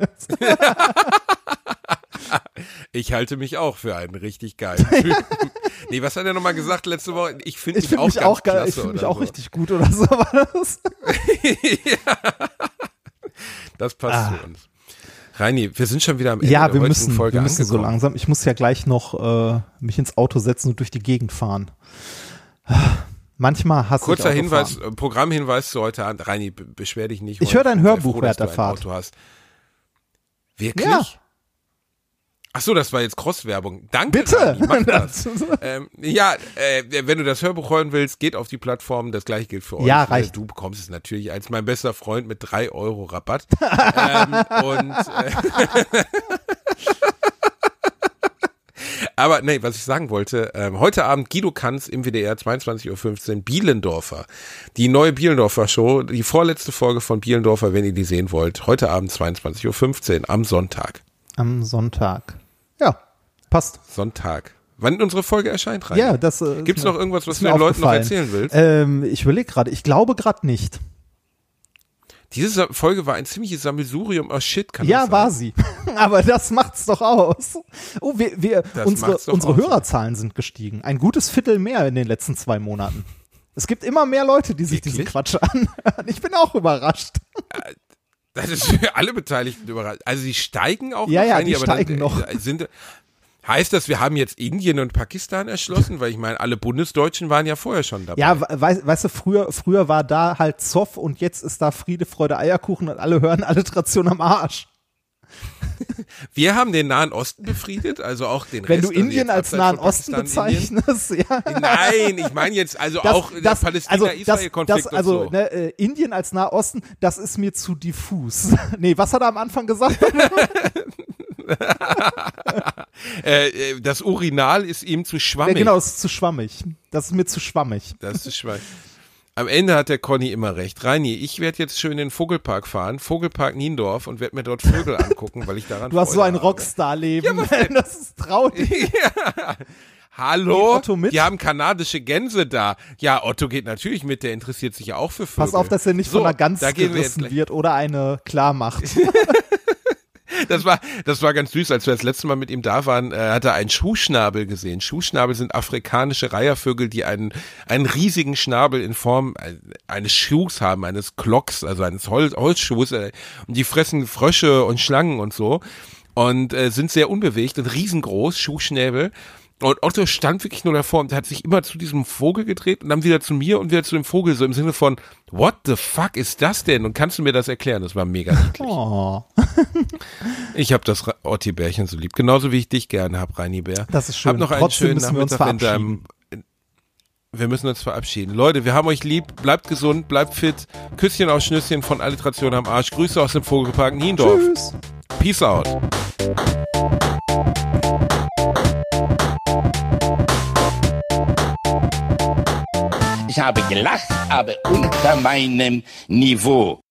Ich halte mich auch für einen richtig geilen Typen. Nee, was hat er nochmal gesagt letzte Woche? Ich finde Ich mich finde auch mich ganz auch geil, klasse ich finde mich oder auch so. richtig gut oder so war das. Ja. Das passt Ah. zu uns. Reini, wir sind schon wieder am Ende Ja, der wir heutigen müssen, Folge wir müssen so angekommen. langsam. Ich muss ja gleich noch äh, mich ins Auto setzen und durch die Gegend fahren. Manchmal hasse Kurzer ich Autofahren. Hinweis, äh, Programmhinweis zu heute Abend. Reini, be- beschwer dich nicht. Ich heute. höre dein bin sehr Hörbuch froh, während dass der du ein Fahrt. Auto hast. Wirklich? Ja. Ach so, das war jetzt Cross-Werbung. Danke, Bitte. Reini, mach das. ähm, ja, äh, wenn du das Hörbuch hören willst, geht auf die Plattform. Das gleiche gilt für euch. Ja, reicht. Du bekommst es natürlich als mein bester Freund mit drei Euro Rabatt. ähm, und äh, Aber nee, was ich sagen wollte, ähm, heute Abend Guido Kanz im W D R, zweiundzwanzig Uhr fünfzehn, Bielendorfer. Die neue Bielendorfer Show, die vorletzte Folge von Bielendorfer, wenn ihr die sehen wollt. Heute Abend zweiundzwanzig Uhr fünfzehn am Sonntag. Am Sonntag. Ja, passt. Sonntag. Wann unsere Folge erscheint, Reini? Ja, das äh, Gibt's ist mir- noch irgendwas, was ist du mir den Leuten noch aufgefallen. erzählen willst? Ähm, ich überlege gerade, ich glaube gerade nicht. Diese Sa- Folge war ein ziemliches Sammelsurium aus Shit, kann Ja, das war sein? sie. Aber das macht's doch aus. Oh, wir, wir, Das unsere, macht's doch unsere aus. Hörerzahlen sind gestiegen. Ein gutes Viertel mehr in den letzten zwei Monaten. Es gibt immer mehr Leute, die sich diesen Wirklich? Quatsch anhören. Ich bin auch überrascht. Das ist für alle Beteiligten überraschend. Also sie steigen auch Ja, noch, ja, Reini, die aber steigen dann, noch. äh, Sind, heißt das, wir haben jetzt Indien und Pakistan erschlossen? Weil ich meine, alle Bundesdeutschen waren ja vorher schon dabei. Ja, we weißt du, früher, früher war da halt Zoff und jetzt ist da Friede, Freude, Eierkuchen und alle hören Alliteration am Arsch. Wir haben den Nahen Osten befriedet, also auch den Wenn Rest. du also Indien jetzt als abseits Nahen von Osten Pakistan, Indien. bezeichnest, ja. Nein, ich meine jetzt also Das, auch das, der also, das, Palästina-Israel-Konflikt das, also, und so. ne, äh, Indien als Nahosten, das ist mir zu diffus. Nee, was hat er am Anfang gesagt? Äh, äh, das Urinal ist ihm zu Ja, schwammig. genau, es ist zu schwammig. Das ist mir zu schwammig. Das ist schwammig. Am Ende hat der Conny immer recht. Reini, ich werde jetzt schön in den Vogelpark fahren, Vogelpark Niendorf, und werde mir dort Vögel angucken, weil ich daran Du hast so Freude ein habe. Rockstar-Leben. Das ist traurig. Ja. Hallo? Geht Otto mit? Die haben kanadische Gänse da. Ja, Otto geht natürlich mit, der interessiert sich ja auch für Vögel. Pass auf, dass er nicht so, von einer Gans da gehen wir gerissen jetzt wird oder eine klar macht. Das war, das war ganz süß, als wir das letzte Mal mit ihm da waren, äh, hat er einen Schuhschnabel gesehen. Schuhschnabel sind afrikanische Reihervögel, die einen, einen riesigen Schnabel in Form eines Schuhs haben, eines Glocks, also eines Hol- Holzschuhs. Äh, und die fressen Frösche und Schlangen und so. Und äh, sind sehr unbewegt und riesengroß, Schuhschnäbel. Und Otto stand wirklich nur davor und hat sich immer zu diesem Vogel gedreht und dann wieder zu mir und wieder zu dem Vogel, so im Sinne von, what the fuck ist das denn? Und kannst du mir das erklären? Das war mega niedlich. Oh. Ich habe das Otti-Bärchen so lieb, genauso wie ich dich gerne hab, Reini Bär. Das ist schön. Hab noch einen Trotzdem schönen müssen wir uns Nachmittag in verabschieden. deinem... Wir müssen uns verabschieden. Leute, wir haben euch lieb, bleibt gesund, bleibt fit. Küsschen aus Schnüsschen von Alliteration am Arsch. Grüße aus dem Vogelpark Niendorf. Tschüss. Peace out. Ich habe gelacht, aber unter meinem Niveau.